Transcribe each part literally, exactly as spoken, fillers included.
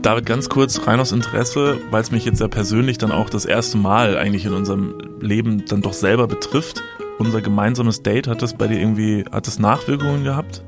David, ganz kurz rein aus Interesse, weil es mich jetzt ja persönlich dann auch das erste Mal eigentlich in unserem Leben dann doch selber betrifft. Unser gemeinsames Date, hat das bei dir irgendwie, hat das Nachwirkungen gehabt?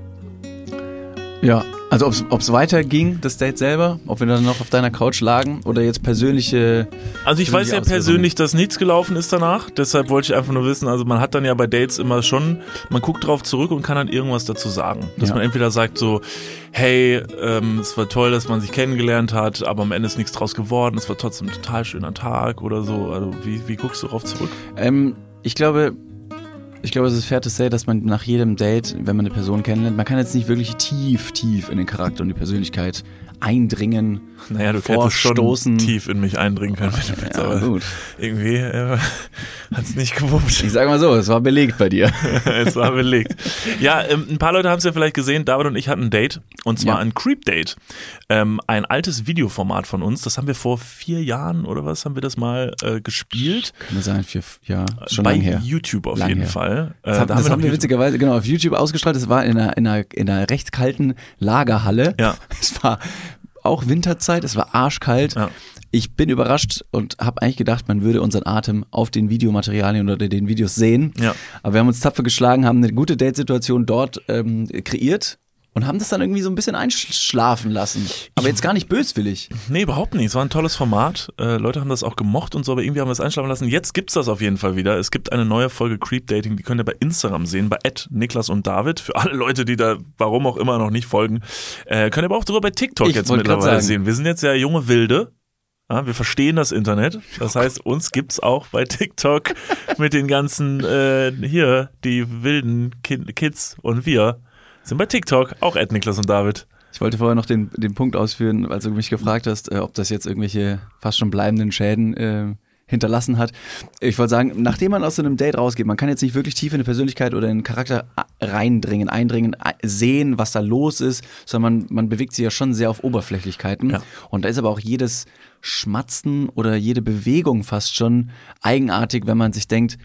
Ja, also ob es weiterging, das Date selber, ob wir dann noch auf deiner Couch lagen oder jetzt persönliche... Also ich weiß ja persönlich, dass nichts gelaufen ist danach, deshalb wollte ich einfach nur wissen, also man hat dann ja bei Dates immer schon, man guckt drauf zurück und kann dann irgendwas dazu sagen. Dass ja. man entweder sagt so, hey, ähm, es war toll, dass man sich kennengelernt hat, aber am Ende ist nichts draus geworden, es war trotzdem ein total schöner Tag oder so. Also wie, wie guckst du darauf zurück? Ähm, ich glaube... Ich glaube, es ist fair to say, dass man nach jedem Date, wenn man eine Person kennenlernt, man kann jetzt nicht wirklich tief, tief in den Charakter und die Persönlichkeit eindringen, naja, du hättest schon tief in mich eindringen können, wenn du willst, ja, aber gut. Irgendwie äh, hat es nicht gewuppt. Ich sag mal so, es war belegt bei dir. Es war belegt. Ja, ähm, ein paar Leute haben es ja vielleicht gesehen, David und ich hatten ein Date, und zwar ja. ein Creep-Date. Ähm, ein altes Videoformat von uns, das haben wir vor vier Jahren oder was, haben wir das mal äh, gespielt. Kann sein, vier, ja, schon bei lang her. YouTube auf lang jeden her. Fall. Äh, das haben, da das haben wir, wir witzigerweise genau auf YouTube ausgestrahlt, das war in einer, in einer, in einer recht kalten Lagerhalle. Ja. Es war auch Winterzeit, es war arschkalt. Ja. Ich bin überrascht und habe eigentlich gedacht, man würde unseren Atem auf den Videomaterialien oder den Videos sehen. Ja. Aber wir haben uns tapfer geschlagen, haben eine gute Datesituation dort ähm, kreiert und haben das dann irgendwie so ein bisschen einschlafen lassen. Aber jetzt gar nicht böswillig. Nee, überhaupt nicht. Es war ein tolles Format. Äh, Leute haben das auch gemocht und so, aber irgendwie haben wir es einschlafen lassen. Jetzt gibt's das auf jeden Fall wieder. Es gibt eine neue Folge Creep Dating, die könnt ihr bei Instagram sehen, bei at Niklas und David. Für alle Leute, die da warum auch immer noch nicht folgen. Äh, könnt ihr aber auch sogar bei TikTok ich jetzt mittlerweile sehen. Wir sind jetzt ja junge Wilde. Ja, wir verstehen das Internet. Das heißt, uns gibt's auch bei TikTok mit den ganzen, äh, hier, die wilden Kids und wir. Sind bei TikTok, auch at Niklas und David. Ich wollte vorher noch den, den Punkt ausführen, als du mich gefragt hast, äh, ob das jetzt irgendwelche fast schon bleibenden Schäden äh, hinterlassen hat. Ich wollte sagen, nachdem man aus so einem Date rausgeht, man kann jetzt nicht wirklich tief in eine Persönlichkeit oder in den Charakter reindringen, eindringen, sehen, was da los ist, sondern man, man bewegt sich ja schon sehr auf Oberflächlichkeiten. Ja. Und da ist aber auch jedes Schmatzen oder jede Bewegung fast schon eigenartig, wenn man sich denkt,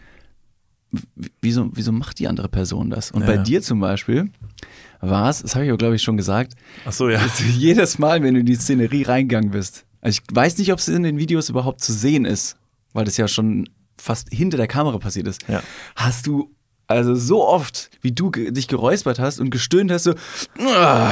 Wieso, wieso macht die andere Person das? Und ja, bei ja. dir zum Beispiel war es, das habe ich aber glaube ich schon gesagt, ach so, ja. jedes Mal, wenn du in die Szenerie reingegangen bist. Also ich weiß nicht, ob es in den Videos überhaupt zu sehen ist, weil das ja schon fast hinter der Kamera passiert ist. Ja. Hast du also so oft, wie du ge- dich geräuspert hast und gestöhnt hast, so uh,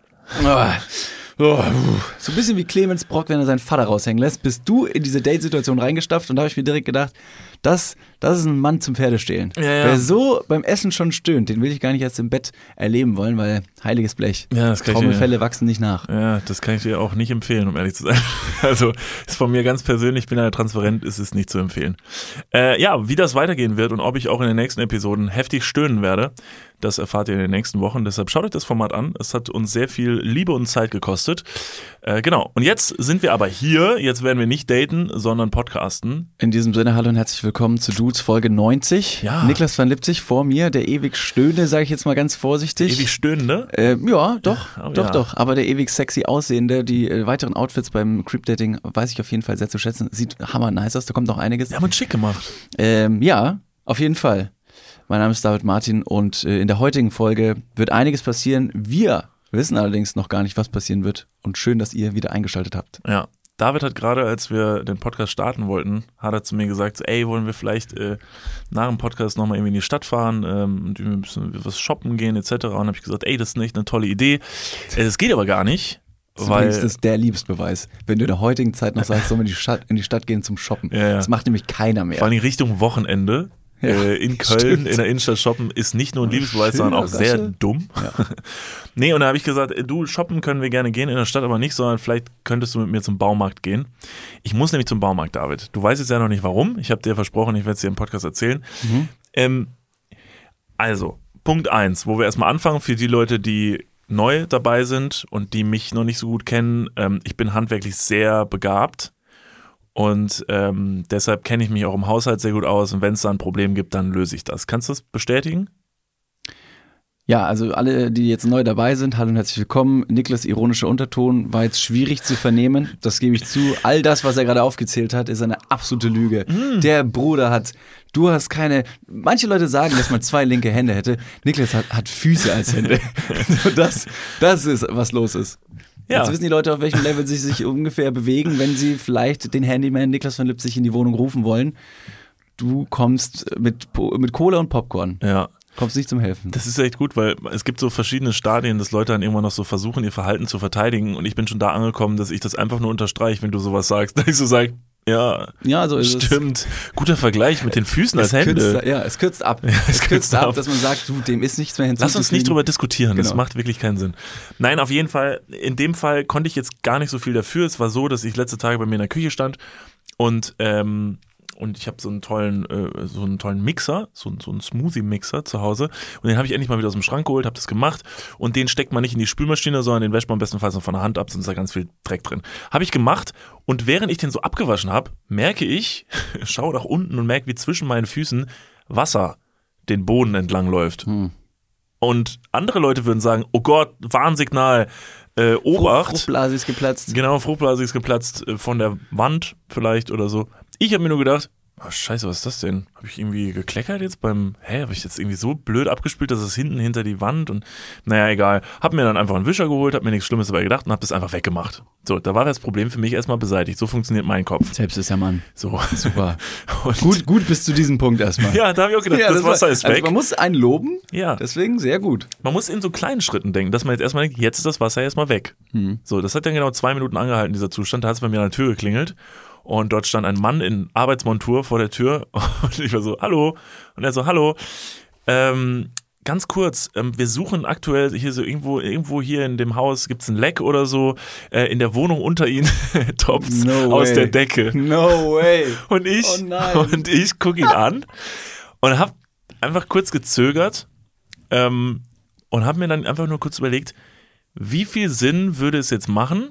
uh, uh, so ein bisschen wie Clemens Brock, wenn er seinen Vater raushängen lässt, bist du in diese Date-Situation reingestapft und da habe ich mir direkt gedacht, das, das ist ein Mann zum Pferdestehlen. Ja, ja. Wer so beim Essen schon stöhnt, den will ich gar nicht erst im Bett erleben wollen, weil heiliges Blech. Ja, das kann Trommelfälle ich dir, wachsen nicht nach. Ja, das kann ich dir auch nicht empfehlen, um ehrlich zu sein. Also ist von mir ganz persönlich, ich bin ja transparent, ist es nicht zu empfehlen. Äh, ja, wie das weitergehen wird und ob ich auch in den nächsten Episoden heftig stöhnen werde, das erfahrt ihr in den nächsten Wochen. Deshalb schaut euch das Format an. Es hat uns sehr viel Liebe und Zeit gekostet. Äh, genau. Und jetzt sind wir aber hier. Jetzt werden wir nicht daten, sondern podcasten. In diesem Sinne, hallo und herzlich willkommen zu Dudes Folge neunzig. Ja. Niklas van Lipzig vor mir, der ewig Stöhnende, sage ich jetzt mal ganz vorsichtig. Ewig Stöhnende? Äh, ja, doch, oh, doch, ja. doch. Aber der ewig sexy Aussehende, die äh, weiteren Outfits beim Creep Dating weiß ich auf jeden Fall sehr zu schätzen. Sieht hammer nice aus, da kommt noch einiges. Wir haben uns schick gemacht. Ähm, ja, auf jeden Fall. Mein Name ist David Martin und äh, in der heutigen Folge wird einiges passieren. Wir wissen allerdings noch gar nicht, was passieren wird. Und schön, dass ihr wieder eingeschaltet habt. Ja, David hat gerade, als wir den Podcast starten wollten, hat er zu mir gesagt, so, ey, wollen wir vielleicht äh, nach dem Podcast nochmal irgendwie in die Stadt fahren ähm, und ein bisschen was shoppen gehen et cetera. Und habe ich gesagt, ey, das ist echt eine tolle Idee. Es äh, geht aber gar nicht. Das weil ist das der Liebesbeweis. Wenn du in der heutigen Zeit noch sagst, sollen wir in die Stadt, in die Stadt gehen zum Shoppen. Ja, ja. Das macht nämlich keiner mehr. Vor allem Richtung Wochenende. Ja, äh, in Köln, stimmt. In der Innenstadt shoppen ist nicht nur ein Liebesbeweis, sondern auch sehr dumm. Ja. Nee, und da habe ich gesagt, du, shoppen können wir gerne gehen, in der Stadt aber nicht, sondern vielleicht könntest du mit mir zum Baumarkt gehen. Ich muss nämlich zum Baumarkt, David. Du weißt jetzt ja noch nicht warum. Ich habe dir versprochen, ich werde es dir im Podcast erzählen. Mhm. Ähm, also, Punkt eins, wo wir erstmal anfangen, für die Leute, die neu dabei sind und die mich noch nicht so gut kennen. Ähm, ich bin handwerklich sehr begabt. Und ähm, deshalb kenne ich mich auch im Haushalt sehr gut aus und wenn es da ein Problem gibt, dann löse ich das. Kannst du das bestätigen? Ja, also alle, die jetzt neu dabei sind, hallo und herzlich willkommen. Niklas' ironischer Unterton war jetzt schwierig zu vernehmen, das gebe ich zu. All das, was er gerade aufgezählt hat, ist eine absolute Lüge. Mm. Der Bruder hat, du hast keine, manche Leute sagen, dass man zwei linke Hände hätte. Niklas hat, hat Füße als Hände. das, das ist, was los ist. Ja. Jetzt wissen die Leute, auf welchem Level sie sich ungefähr bewegen, wenn sie vielleicht den Handyman Niklas von Lipzig in die Wohnung rufen wollen. Du kommst mit, mit Cola und Popcorn. Ja. Kommst nicht zum Helfen. Das ist echt gut, weil es gibt so verschiedene Stadien, dass Leute dann irgendwann noch so versuchen, ihr Verhalten zu verteidigen. Und ich bin schon da angekommen, dass ich das einfach nur unterstreiche, wenn du sowas sagst. Dass ich so sage, ja, ja, so ist stimmt. Es. Guter Vergleich mit den Füßen es als Hände. Kürzt, ja, es kürzt ab. Ja, es, es kürzt, kürzt ab, ab, dass man sagt, du, dem ist nichts mehr hinzuzufügen. Lass uns nicht drüber diskutieren, genau. Das macht wirklich keinen Sinn. Nein, auf jeden Fall, in dem Fall konnte ich jetzt gar nicht so viel dafür. Es war so, dass ich letzte Tage bei mir in der Küche stand und ähm, Und ich habe so einen tollen, äh, so einen tollen Mixer, so, so einen Smoothie-Mixer zu Hause. Und den habe ich endlich mal wieder aus dem Schrank geholt, habe das gemacht. Und den steckt man nicht in die Spülmaschine, sondern den wäscht man bestenfalls noch von der Hand ab, sonst ist da ganz viel Dreck drin. Habe ich gemacht. Und während ich den so abgewaschen habe, merke ich, schaue nach unten und merke, wie zwischen meinen Füßen Wasser den Boden entlang läuft. Hm. Und andere Leute würden sagen, oh Gott, Warnsignal, äh, Obacht. Fruchtblase ist geplatzt. Genau, Fruchtblase ist geplatzt äh, von der Wand vielleicht oder so. Ich habe mir nur gedacht, oh, scheiße, was ist das denn? Habe ich irgendwie gekleckert jetzt beim, hä, habe ich jetzt irgendwie so blöd abgespült, dass es hinten hinter die Wand und, naja, egal. Habe mir dann einfach einen Wischer geholt, habe mir nichts Schlimmes dabei gedacht und habe das einfach weggemacht. So, da war das Problem für mich erstmal beseitigt. So funktioniert mein Kopf. Selbst ist der Mann. So. Super. gut, gut bis zu diesem Punkt erstmal. Ja, da habe ich auch gedacht, ja, das, das Wasser war, ist weg. Also man muss einen loben, ja. Deswegen sehr gut. Man muss in so kleinen Schritten denken, dass man jetzt erstmal denkt, jetzt ist das Wasser erstmal weg. Hm. So, das hat dann genau zwei Minuten angehalten, dieser Zustand. Da hat es bei mir an der Tür geklingelt. Und dort stand ein Mann in Arbeitsmontur vor der Tür und ich war so, hallo. Und er so, hallo. Ähm, ganz kurz, ähm, wir suchen aktuell hier so irgendwo, irgendwo hier in dem Haus gibt's ein Leck oder so. Äh, in der Wohnung unter Ihnen tropft's no aus way. der Decke. No way. Und ich, oh nein. und ich gucke ihn an und habe einfach kurz gezögert ähm, und habe mir dann einfach nur kurz überlegt, wie viel Sinn würde es jetzt machen,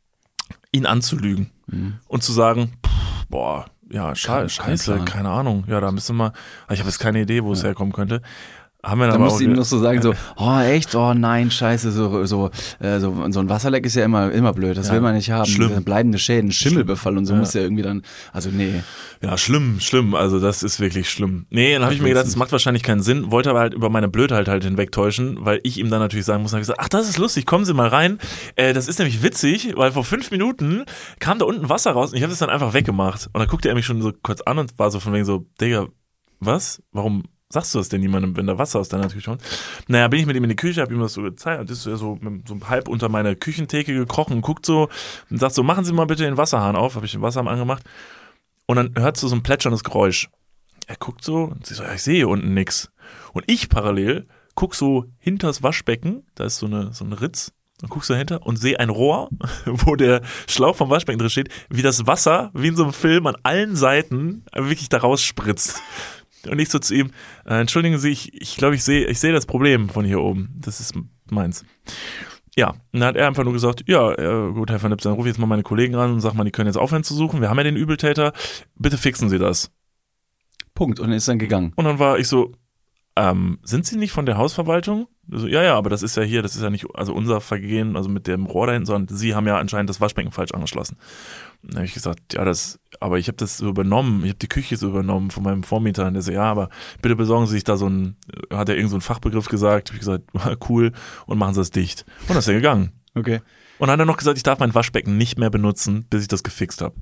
ihn anzulügen mhm. und zu sagen, pff, boah, ja, sche- scheiße, keine Ahnung, ja, da müssen wir, ich habe jetzt keine Idee, wo es ja. herkommen könnte. Haben wir dann da aber musst auch du ihm noch so sagen, so, oh echt, oh nein, scheiße, so so äh, so, so ein Wasserleck ist ja immer immer blöd, das ja. will man nicht haben. Schlimm. Bleibende Schäden, Schimmelbefall und so ja. muss ja irgendwie dann, also nee. Ja, schlimm, schlimm, also das ist wirklich schlimm. Nee, dann habe ich mir gedacht, das macht wahrscheinlich keinen Sinn, wollte aber halt über meine Blödheit halt hinwegtäuschen, weil ich ihm dann natürlich sagen muss, habe ich gesagt, ach, das ist lustig, kommen Sie mal rein. Äh, das ist nämlich witzig, weil vor fünf Minuten kam da unten Wasser raus und ich habe das dann einfach weggemacht. Und dann guckte er mich schon so kurz an und war so von wegen so, Digga, was? Warum sagst du das denn niemandem, wenn da Wasser aus deiner Küche kommt? Naja, bin ich mit ihm in die Küche, hab ihm das so gezeigt, das ist ja so, so halb unter meine Küchentheke gekrochen und guckt so und sagt so, machen Sie mal bitte den Wasserhahn auf, habe ich den Wasserhahn angemacht und dann hört so so ein plätscherndes Geräusch. Er guckt so und sie so, ja, ich sehe hier unten nix. Und ich parallel guck so hinters Waschbecken, da ist so eine so ein Ritz, dann guckst du dahinter und sehe ein Rohr, wo der Schlauch vom Waschbecken drin steht, wie das Wasser, wie in so einem Film, an allen Seiten wirklich da rausspritzt. Und ich so zu ihm, äh, entschuldigen Sie, ich, ich glaube, ich sehe ich sehe das Problem von hier oben. Das ist meins. Ja, und dann hat er einfach nur gesagt, ja, äh, gut, Herr Van Lips, dann rufe ich jetzt mal meine Kollegen an und sag mal, die können jetzt aufhören zu suchen. Wir haben ja den Übeltäter. Bitte fixen Sie das. Punkt. Und er ist dann gegangen. Und dann war ich so, ähm, sind Sie nicht von der Hausverwaltung? So, ja, ja, aber das ist ja hier, das ist ja nicht also unser Vergehen, also mit dem Rohr dahin, sondern Sie haben ja anscheinend das Waschbecken falsch angeschlossen. Dann habe ich gesagt, ja, das, aber ich habe das so übernommen, ich habe die Küche so übernommen von meinem Vormieter. Und der so, ja, aber bitte besorgen Sie sich da so ein, hat er irgend so einen Fachbegriff gesagt, habe ich gesagt, cool, und machen Sie das dicht. Und das ist ja gegangen. Okay. Und dann hat er noch gesagt, ich darf mein Waschbecken nicht mehr benutzen, bis ich das gefixt habe.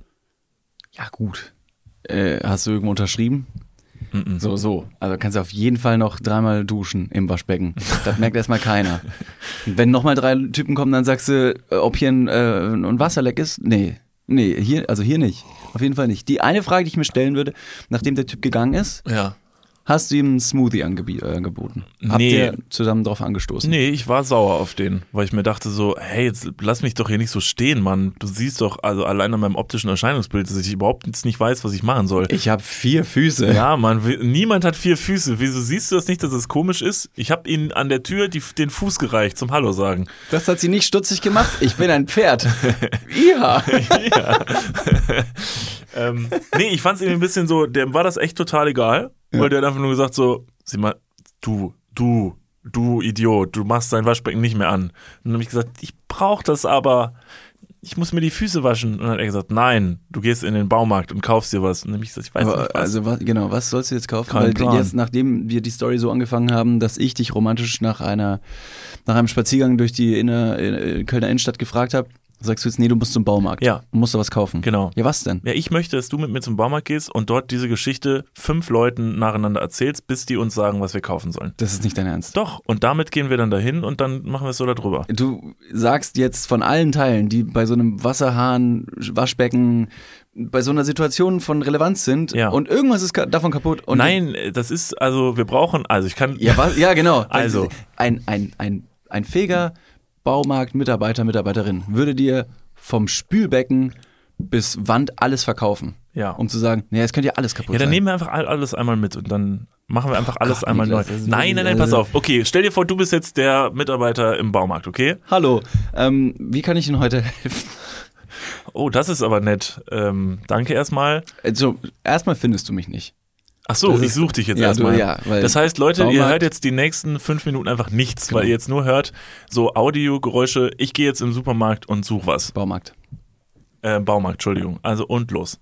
Ja, gut. Äh, hast du irgendwo unterschrieben? Mm-mm. So, so. Also kannst du auf jeden Fall noch dreimal duschen im Waschbecken. Das merkt erstmal keiner. Und wenn nochmal drei Typen kommen, dann sagst du, ob hier ein, äh, ein Wasserleck ist? Nee. Nee, hier, also hier nicht. Auf jeden Fall nicht. Die eine Frage, die ich mir stellen würde, nachdem der Typ gegangen ist, ja. hast du ihm einen Smoothie angeb- äh, angeboten? Habt nee. ihr zusammen drauf angestoßen? Nee, ich war sauer auf den, weil ich mir dachte so, hey, jetzt lass mich doch hier nicht so stehen, Mann. Du siehst doch, also allein an meinem optischen Erscheinungsbild, dass ich überhaupt jetzt nicht weiß, was ich machen soll. Ich habe vier Füße. Ja, Mann, niemand hat vier Füße. Wieso siehst du das nicht, dass es komisch ist? Ich habe ihnen an der Tür die, den Fuß gereicht zum Hallo sagen. Das hat sie nicht stutzig gemacht. Ich bin ein Pferd. Ja. ja. ähm, nee, ich fand es irgendwie ein bisschen so, dem war das echt total egal, ja. Weil der hat einfach nur gesagt so, sieh mal, du, du, du Idiot, du machst dein Waschbecken nicht mehr an. Und dann habe ich gesagt, ich brauche das aber, ich muss mir die Füße waschen. Und dann hat er gesagt, nein, du gehst in den Baumarkt und kaufst dir was. Und dann hab ich gesagt, ich weiß Aber, nicht was. Also was, genau, was sollst du jetzt kaufen? Kein Weil Plan. jetzt, nachdem wir die Story so angefangen haben, dass ich dich romantisch nach einer, nach einem Spaziergang durch die Inner, äh, Kölner Innenstadt gefragt habe, sagst du jetzt, nee, du musst zum Baumarkt. Ja. Du musst da was kaufen. Genau. Ja, was denn? Ja, ich möchte, dass du mit mir zum Baumarkt gehst und dort diese Geschichte fünf Leuten nacheinander erzählst, bis die uns sagen, was wir kaufen sollen. Das ist nicht dein Ernst. Doch, und damit gehen wir dann dahin und dann machen wir es so darüber. Du sagst jetzt von allen Teilen, die bei so einem Wasserhahn, Waschbecken, bei so einer Situation von Relevanz sind Ja. und irgendwas ist ka- davon kaputt. Und Nein, das ist, also wir brauchen, also ich kann... Ja, was? Ja, genau. Also. Ein, ein, ein, ein fähiger Baumarkt-Mitarbeiter, Mitarbeiterin würde dir vom Spülbecken bis Wand alles verkaufen. Ja. Um zu sagen, naja, jetzt könnt ihr alles kaputt Ja, dann sein. nehmen wir einfach all- alles einmal mit und dann machen wir einfach alles Gott, einmal neu. Niklas, das ist Nein, wirklich- nein, nein, pass also- auf. Okay, stell dir vor, du bist jetzt der Mitarbeiter im Baumarkt, okay? Hallo, ähm, wie kann ich Ihnen heute helfen? Oh, das ist aber nett. Ähm, danke erstmal. Also, erstmal findest du mich nicht. Ach so, Das ich ist- suche dich jetzt ja, erstmal. du- ja, weil das heißt, Leute, ihr Baumarkt- hört jetzt die nächsten fünf Minuten einfach nichts, Genau. weil ihr jetzt nur hört so Audiogeräusche. Ich gehe jetzt im Supermarkt und suche was. Baumarkt. Äh, Baumarkt, Entschuldigung. Also und los.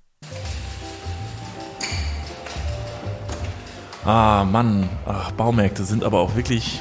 Ah, Mann. Ach, Baumärkte sind aber auch wirklich...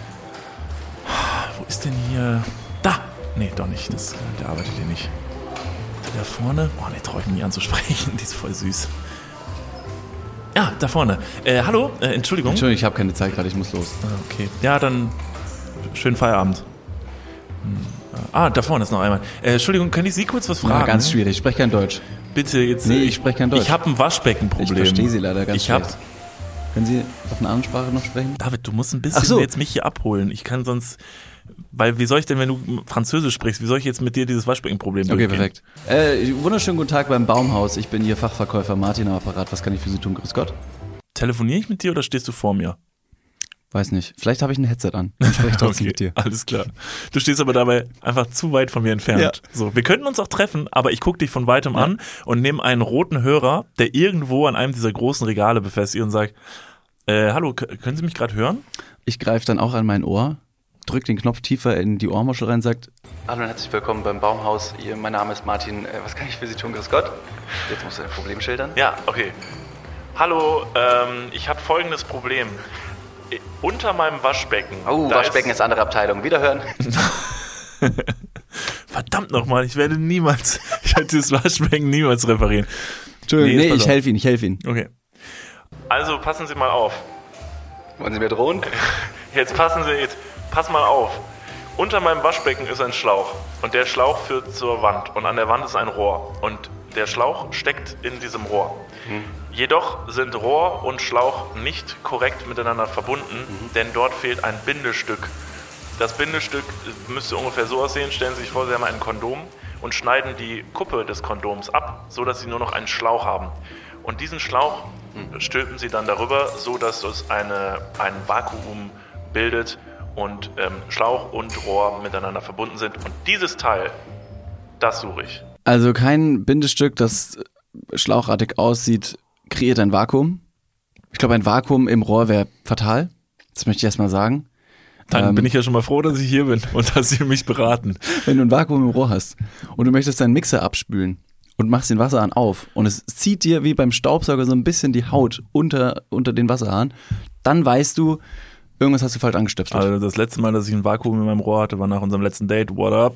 Wo ist denn hier... Da! Nee, doch nicht. Das, der arbeitet hier nicht. Da vorne? Oh, nee, traue ich mich nicht anzusprechen. Die ist voll süß. Ja, da vorne. Äh, hallo, äh, Entschuldigung. Entschuldigung, ich habe keine Zeit gerade, ich muss los. Ah, okay. Ja, dann schönen Feierabend. Hm. Ah, da vorne ist noch einmal. Äh, Entschuldigung, kann ich Sie kurz was fragen? Ja, ganz schwierig, ich spreche kein Deutsch. Bitte jetzt. Nee, äh, ich spreche kein Deutsch. Ich habe ein Waschbeckenproblem. Ich verstehe Sie leider ganz Ich hab, schlecht. Können Sie auf einer anderen Sprache noch sprechen? David, du musst ein bisschen Ach so. jetzt mich hier abholen. Ich kann sonst, weil wie soll ich denn, wenn du Französisch sprichst, wie soll ich jetzt mit dir dieses Waschbeckenproblem Okay, durchgehen? perfekt. Äh, wunderschönen guten Tag beim Baumhaus. Ich bin Ihr Fachverkäufer Martin am Apparat. Was kann ich für Sie tun? Grüß Gott. Telefoniere ich mit dir oder stehst du vor mir? Weiß nicht. Vielleicht habe ich ein Headset an. Dann spreche ich trotzdem mit dir. Alles klar. Du stehst aber dabei einfach zu weit von mir entfernt. Ja. So, wir könnten uns auch treffen, aber ich gucke dich von weitem Ja. an und nehme einen roten Hörer, der irgendwo an einem dieser großen Regale befestigt und sagt, äh, hallo, k- können Sie mich gerade hören? Ich greife dann auch an mein Ohr, drück den Knopf tiefer in die Ohrmuschel rein und sagt: Hallo und herzlich willkommen beim Baumhaus. Ihr, mein Name ist Martin. Äh, was kann ich für Sie tun? Grüß Gott. Jetzt musst du ein Problem schildern. Ja, okay. Hallo, ähm, ich habe folgendes Problem. Äh, Unter meinem Waschbecken. Oh, da Waschbecken ist andere Abteilung. Wiederhören. Verdammt nochmal, ich werde niemals, ich werde dieses Waschbecken niemals reparieren. Entschuldigung, Nee, nee, pass ich auf. helfe Ihnen, ich helfe Ihnen. Okay. Also passen Sie mal auf. Wollen Sie mir drohen? Jetzt passen Sie, jetzt pass mal auf. Unter meinem Waschbecken ist ein Schlauch und der Schlauch führt zur Wand und an der Wand ist ein Rohr und der Schlauch steckt in diesem Rohr. Hm. Jedoch sind Rohr und Schlauch nicht korrekt miteinander verbunden, Mhm. denn dort fehlt ein Bindestück. Das Bindestück müsste ungefähr so aussehen, stellen Sie sich vor, Sie haben ein Kondom und schneiden die Kuppe des Kondoms ab, so dass Sie nur noch einen Schlauch haben. Und diesen Schlauch stülpen Sie dann darüber, so dass es eine, ein Vakuum bildet und ähm, Schlauch und Rohr miteinander verbunden sind. Und dieses Teil, das suche ich. Also kein Bindestück, das schlauchartig aussieht, kreiert ein Vakuum. Ich glaube, ein Vakuum im Rohr wäre fatal. Das möchte ich erstmal sagen. Dann Ähm, bin ich ja schon mal froh, dass ich hier bin und dass Sie mich beraten. Wenn du ein Vakuum im Rohr hast und du möchtest deinen Mixer abspülen und machst den Wasserhahn auf und es zieht dir wie beim Staubsauger so ein bisschen die Haut unter, unter den Wasserhahn, dann weißt du, irgendwas hast du falsch angestöpselt. Also das letzte Mal, dass ich ein Vakuum in meinem Rohr hatte, war nach unserem letzten Date. What up?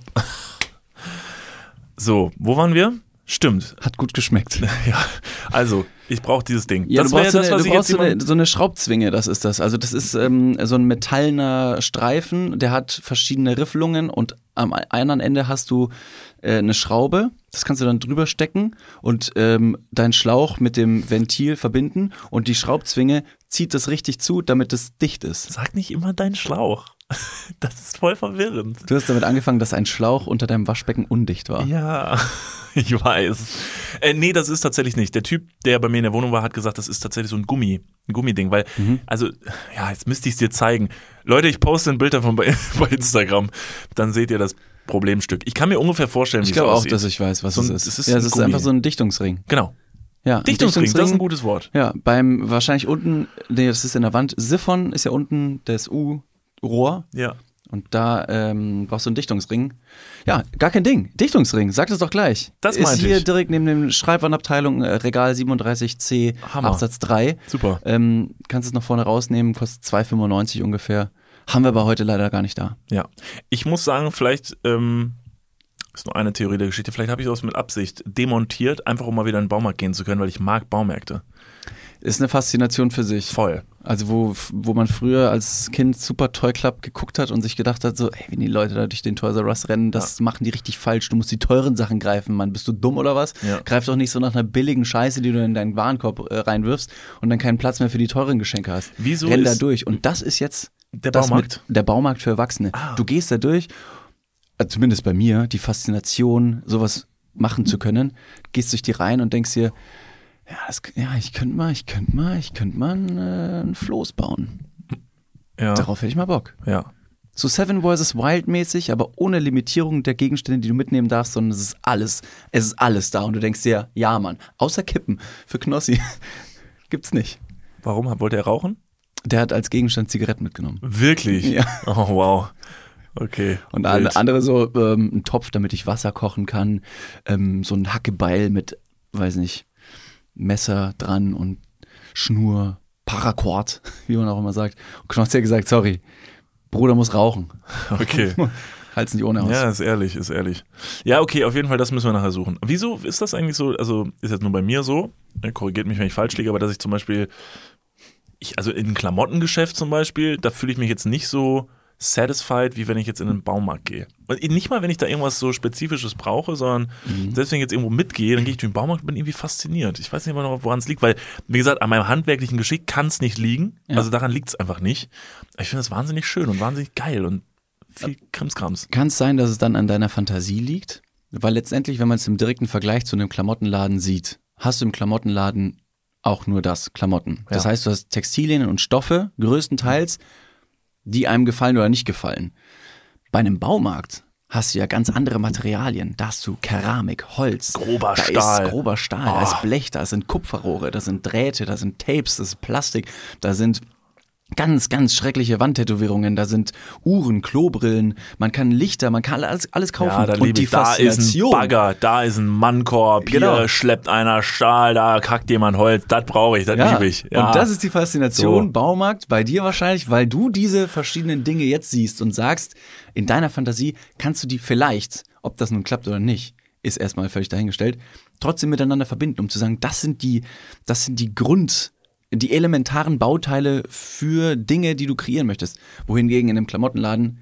So, wo waren wir? Stimmt. Hat gut geschmeckt. Ja, also, ich brauche dieses Ding. Ja, das du wäre brauchst, so das, eine, was du ich brauchst jetzt so, eine, jemand- so eine Schraubzwinge, das ist das. Also das ist ähm, so ein metallener Streifen, der hat verschiedene Rifflungen und am anderen Ende hast du äh, eine Schraube, das kannst du dann drüber stecken und ähm, deinen Schlauch mit dem Ventil verbinden und die Schraubzwinge zieht das richtig zu, damit es dicht ist. Sag nicht immer deinen Schlauch. Das ist voll verwirrend. Du hast damit angefangen, dass ein Schlauch unter deinem Waschbecken undicht war. Ja, ich weiß. Äh, nee, das ist tatsächlich nicht. Der Typ, der bei mir in der Wohnung war, hat gesagt, das ist tatsächlich so ein Gummi, ein Gummiding, weil, Mhm. also, ja, jetzt müsste ich es dir zeigen. Leute, ich poste ein Bild davon bei, bei Instagram, dann seht ihr das Problemstück. Ich kann mir ungefähr vorstellen, wie Ich es glaube auch, aussieht. dass ich weiß, was So ein- es ist. es ist ja, ein es ist Gummi. einfach so ein Dichtungsring. Genau. Ja, ein Dichtungsring, das ist ein gutes Wort. Ja, beim wahrscheinlich unten, nee, das ist in der Wand. Siphon ist ja unten das U-Rohr. Ja. Und da ähm, brauchst du einen Dichtungsring. Ja, gar kein Ding. Dichtungsring, sag das doch gleich. Das ist meinte hier ich. direkt neben dem Schreibwarenabteilung, äh, Regal siebenunddreißig C, Hammer. Absatz drei. Super. Ähm, kannst es noch vorne rausnehmen, kostet zwei fünfundneunzig ungefähr. Haben wir aber heute leider gar nicht da. Ja. Ich muss sagen, vielleicht ähm, ist nur eine Theorie der Geschichte, vielleicht habe ich das mit Absicht demontiert, einfach um mal wieder in den Baumarkt gehen zu können, weil ich mag Baumärkte. Ist eine Faszination für sich. Voll. Also wo, wo man früher als Kind Super Toy Club geguckt hat und sich gedacht hat, so, ey, wenn die Leute da durch den Toys R Us rennen, das ja. machen die richtig falsch. Du musst die teuren Sachen greifen, Mann. Bist du dumm oder was? Ja. Greif doch nicht so nach einer billigen Scheiße, die du in deinen Warenkorb äh, reinwirfst und dann keinen Platz mehr für die teuren Geschenke hast. Wieso Renn da ist durch. Und das ist jetzt der das Baumarkt? Mit der Baumarkt für Erwachsene. Ah. Du gehst da durch, also zumindest bei mir, die Faszination, sowas machen zu können, gehst durch die Reihen und denkst dir, Ja, das, ja, ich könnte mal, ich könnte mal, ich könnte mal ein, äh, ein Floß bauen. Ja. Darauf hätte ich mal Bock. Ja. So Seven versus. Wild mäßig, aber ohne Limitierung der Gegenstände, die du mitnehmen darfst, sondern es ist alles, es ist alles da. Und du denkst dir, ja Mann, außer Kippen für Knossi gibt's nicht. Warum? Wollte er rauchen? Der hat als Gegenstand Zigaretten mitgenommen. Wirklich? Ja. Oh, wow. Okay. Und alle andere so ähm, ein Topf, damit ich Wasser kochen kann, ähm, so ein Hackebeil mit, weiß nicht, Messer dran und Schnur, Paracord, wie man auch immer sagt. Und Knossi hat gesagt, sorry, Bruder muss rauchen. Okay. Halt's nicht ohne aus. Ja, ist ehrlich, ist ehrlich. Ja, okay, auf jeden Fall, das müssen wir nachher suchen. Wieso ist das eigentlich so, also ist jetzt nur bei mir so, korrigiert mich, wenn ich falsch liege, aber dass ich zum Beispiel, ich, also in ein Klamottengeschäft zum Beispiel, da fühle ich mich jetzt nicht so satisfied, wie wenn ich jetzt in den Baumarkt gehe. Und nicht mal, wenn ich da irgendwas so Spezifisches brauche, sondern mhm. selbst wenn ich jetzt irgendwo mitgehe, dann gehe ich durch den Baumarkt und bin irgendwie fasziniert. Ich weiß nicht immer noch, woran es liegt, weil, wie gesagt, an meinem handwerklichen Geschick kann es nicht liegen. Ja. Also daran liegt es einfach nicht. Ich finde das wahnsinnig schön und wahnsinnig geil und viel Krimskrams. Kann es sein, dass es dann an deiner Fantasie liegt? Weil letztendlich, wenn man es im direkten Vergleich zu einem Klamottenladen sieht, hast du im Klamottenladen auch nur das, Klamotten. Das ja. heißt, du hast Textilien und Stoffe, größtenteils, die einem gefallen oder nicht gefallen. Bei einem Baumarkt hast du ja ganz andere Materialien. Da hast du Keramik, Holz. Grober da Stahl. Da ist grober Stahl, oh. da ist Blech, da sind Kupferrohre, da sind Drähte, da sind Tapes, das ist Plastik, da sind ganz, ganz schreckliche Wandtätowierungen, da sind Uhren, Klobrillen, man kann Lichter, man kann alles, alles kaufen. Ja, da und die ich. Da ist ein Bagger, da ist ein Mannkorb, genau. Hier schleppt einer Stahl, da kackt jemand Holz, das brauche ich, das ja. liebe ich. Ja. Und das ist die Faszination so. Baumarkt, bei dir wahrscheinlich, weil du diese verschiedenen Dinge jetzt siehst und sagst, in deiner Fantasie kannst du die vielleicht, ob das nun klappt oder nicht, ist erstmal völlig dahingestellt, trotzdem miteinander verbinden, um zu sagen, das sind die, das sind die Grund die elementaren Bauteile für Dinge, die du kreieren möchtest. Wohingegen in einem Klamottenladen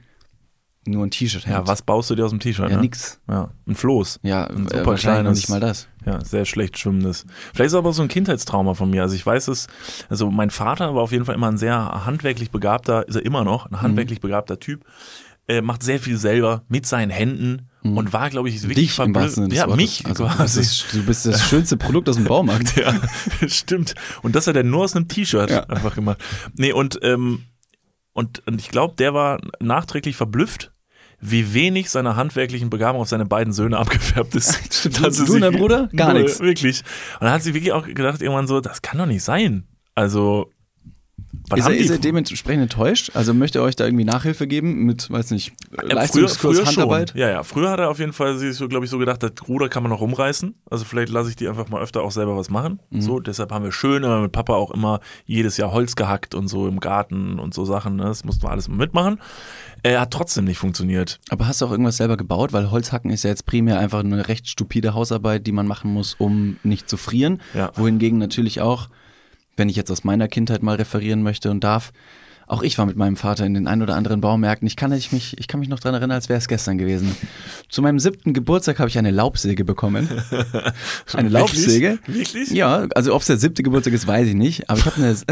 nur ein T-Shirt hängt. Ja, was baust du dir aus dem T-Shirt? Ja, ne? nix. Ja, ein Floß. Ja, ein äh, super kleines. Nicht mal das. Ja, sehr schlecht schwimmendes. Vielleicht ist es aber so ein Kindheitstrauma von mir. Also ich weiß es, also mein Vater war auf jeden Fall immer ein sehr handwerklich begabter, ist er immer noch, ein handwerklich mhm. begabter Typ. Er macht sehr viel selber mit seinen Händen. Mhm. Und war, glaube ich, wirklich verblüfft. Ja, mich also, quasi. Ist, du bist das schönste Produkt aus dem Baumarkt. Ja, stimmt. Und das hat er nur aus einem T-Shirt ja. einfach gemacht. Nee, und, ähm, und, und ich glaube, der war nachträglich verblüfft, wie wenig seiner handwerklichen Begabung auf seine beiden Söhne abgefärbt ist. Stimmt, du, du und dein Bruder? Gar nichts. Wirklich. Und dann hat sie wirklich auch gedacht, irgendwann so, das kann doch nicht sein. Also, Ist er, ist er dementsprechend enttäuscht? Also möchte er euch da irgendwie Nachhilfe geben mit, weiß nicht, Leistungskurs, früher, früher Handarbeit? Schon. Ja, ja. Früher hat er auf jeden Fall sich so, glaube ich, so gedacht, das Ruder kann man noch rumreißen. Also vielleicht lasse ich die einfach mal öfter auch selber was machen. Mhm. So, deshalb haben wir schön immer mit Papa auch immer jedes Jahr Holz gehackt und so im Garten und so Sachen. Ne? Das mussten wir alles mal mitmachen. Er hat trotzdem nicht funktioniert. Aber hast du auch irgendwas selber gebaut? Weil Holzhacken ist ja jetzt primär einfach eine recht stupide Hausarbeit, die man machen muss, um nicht zu frieren. Ja. Wohingegen natürlich auch, wenn ich jetzt aus meiner Kindheit mal referieren möchte und darf, auch ich war mit meinem Vater in den ein oder anderen Baumärkten. Ich kann, ich mich, ich kann mich noch daran erinnern, als wäre es gestern gewesen. Zu meinem siebten Geburtstag habe ich eine Laubsäge bekommen. Eine Laubsäge? Wirklich? Ja, also ob es der siebte Geburtstag ist, weiß ich nicht. Aber ich habe eine...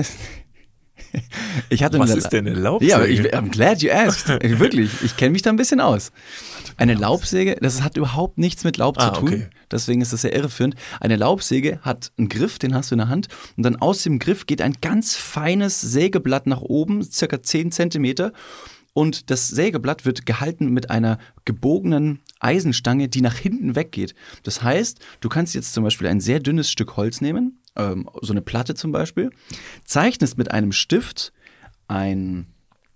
Ich hatte Was eine, ist denn eine Laubsäge? Ja, ich, I'm glad you asked. Wirklich, ich kenne mich da ein bisschen aus. Eine Laubsäge, das hat überhaupt nichts mit Laub ah, zu tun. Okay. Deswegen ist das sehr irreführend. Eine Laubsäge hat einen Griff, den hast du in der Hand. Und dann aus dem Griff geht ein ganz feines Sägeblatt nach oben, circa zehn Zentimeter. Und das Sägeblatt wird gehalten mit einer gebogenen Eisenstange, die nach hinten weggeht. Das heißt, du kannst jetzt zum Beispiel ein sehr dünnes Stück Holz nehmen, ähm, so eine Platte zum Beispiel, zeichnest mit einem Stift ein